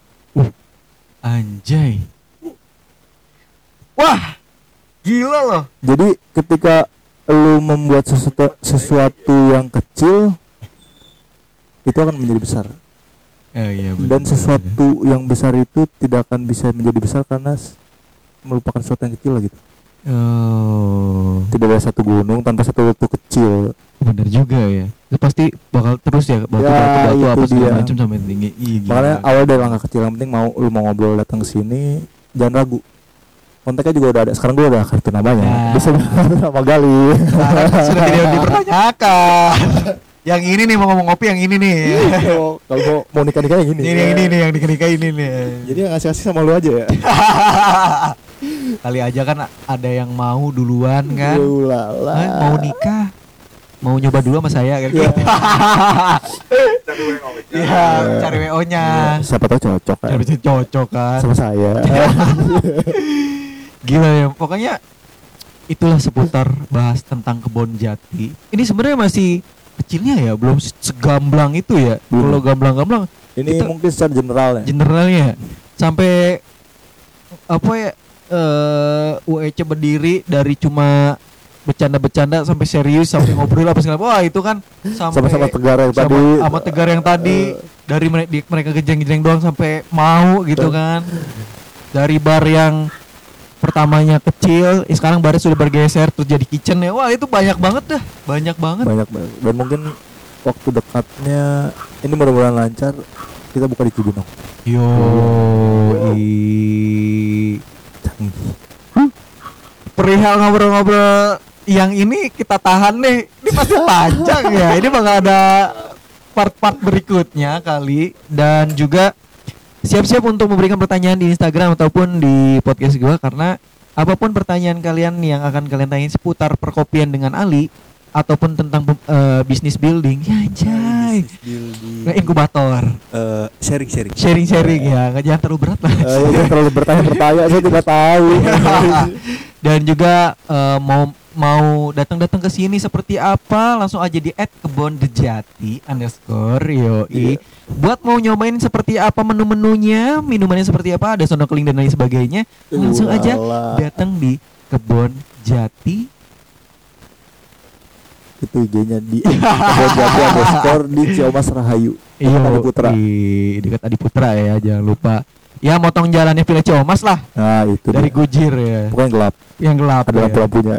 Anjay. Wah, gila loh. Jadi ketika lu membuat sesuatu yang kecil, itu akan menjadi besar. Iya, betul. Dan sesuatu yang besar itu tidak akan bisa menjadi besar karena melupakan sesuatu yang kecil lah gitu. Tidak ada satu gunung tanpa satu batu kecil. Bener juga ya. Itu pasti bakal terus ya batu itu apa segala dia. macam sampai tinggi. Makanya awal dari langkah kecil, yang penting lu mau ngobrol datang ke sini, jangan ragu. Kontaknya juga udah ada. Sekarang gue udah kartu namanya. Bisa nama Gali. Sudah tidak dipertanyakan. Yang ini nih mau ngomong ngopi, yang ini nih. Kalau mau nikah yang ini. Ini yang ini nih, yang nikah ini nih. Jadi yang ngasih sama lu aja ya. Kali aja kan ada yang mau duluan kan. Mau nikah, mau nyoba dulu sama saya kan. Iya, cari WO-nya. Siapa tahu cocok kan. Cocok kan sama saya. Gila ya, pokoknya itulah seputar bahas tentang kebon jati. Ini sebenarnya masih kecilnya ya, belum segamblang itu ya. Kalau gamblang-gamblang ini itu mungkin secara generalnya sampai apa ya, UEC berdiri dari cuma bercanda-bercanda sampai serius, sampai ngobrol apa segala. Wah, itu kan sampai sama tegar yang tadi. Sama tegar yang tadi dari mereka gejeng-gejeng doang sampai mau gitu kan. Dari bar yang pertamanya kecil, sekarang barnya sudah bergeser terus jadi kitchen ya. Wah, itu banyak banget dah, banyak banget. Dan mungkin waktu dekatnya ini mudah-mudahan lancar, kita buka di Cibinong. Perihal ngobrol-ngobrol yang ini kita tahan nih. Ini pasti panjang ya. Ini bakal ada part-part berikutnya kali. Dan juga siap-siap untuk memberikan pertanyaan di Instagram ataupun di podcast gue, karena apapun pertanyaan kalian yang akan kalian tanyain seputar perkopian dengan Ali ataupun tentang bisnis building, ya anjay, inkubator, sharing ya, nggak, jangan terlalu berat lah. Jangan terlalu bertanya-bertanya, saya tidak tahu. Dan juga mau datang ke sini seperti apa, langsung aja di @kebondejati_. Yoi. Buat mau nyobain seperti apa menu-menunya, minumannya seperti apa, ada snorkeling dan lain sebagainya, langsung aja datang di Kebon Jati. Itu IG-nya di Kebon Jati _ di Ciomas Rahayu. Dekat Adiputra ya, jangan lupa. Ya, motong jalannya Villa Ciomas lah. Nah, itu dari dia. Gujir ya. Bukan gelap. Yang gelap. Ada lampu-lampunya.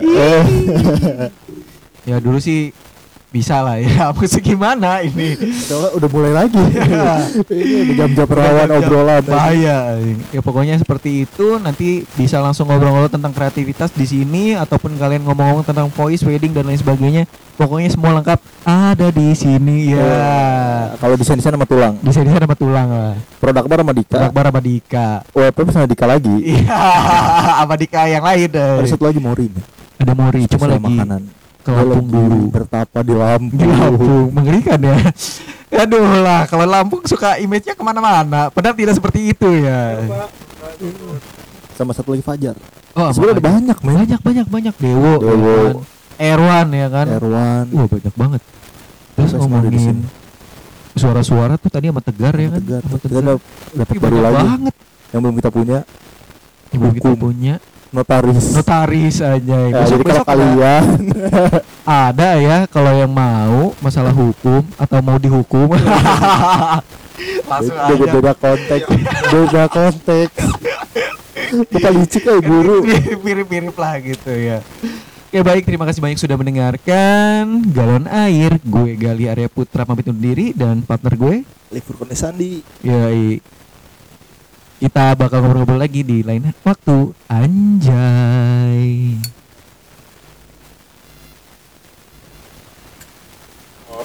Ya dulu sih bisa lah ya. Maksud gimana ini? Udah mulai lagi. Ini jam-jam perawan obrolan. Bahaya. Ya pokoknya seperti itu. Nanti bisa langsung ngobrol-ngobrol tentang kreativitas di sini, ataupun kalian ngomong-ngomong tentang voice, wedding dan lain sebagainya. Pokoknya semua lengkap ada di sini ya. Kalau desain sama tulang. Desain sama tulang lah. Produk bar sama Dika. WP sama Dika lagi. Iya, sama Dika yang lain. Ada satu lagi Mori. Ada Mori, cuma lagi makanan. Ke Lampung dulu. Bertapa di Lampung. Di Lampung, mengerikan ya. Aduh lah, kalau Lampung suka image-nya kemana-mana. Padahal tidak seperti itu ya. Sama satu lagi Fajar. Oh, sebenarnya ada banyak, banyak. Dewo. Erwan ya kan. Erwan. Banyak banget. Terus ngomongin suara-suara tuh tadi sama Tegar ya kan. Tegar. Sama Kita dapat Tapi baru banyak lagi banget yang belum kita punya, yang belum kita hukum. punya. notaris Aja. ya, jadi kalau kalian ada ya kalau yang mau masalah hukum atau mau dihukum langsung aja. beda konteks kita licik ya guru. Mirip-mirip lah gitu ya. Oke baik, terima kasih banyak sudah mendengarkan Galon Air. Gue Gali Arya Putra pamit undur diri dan partner gue Livur Konesandi. Yoi. Kita bakal ngobrol-ngobrol lagi di lain waktu. Anjay.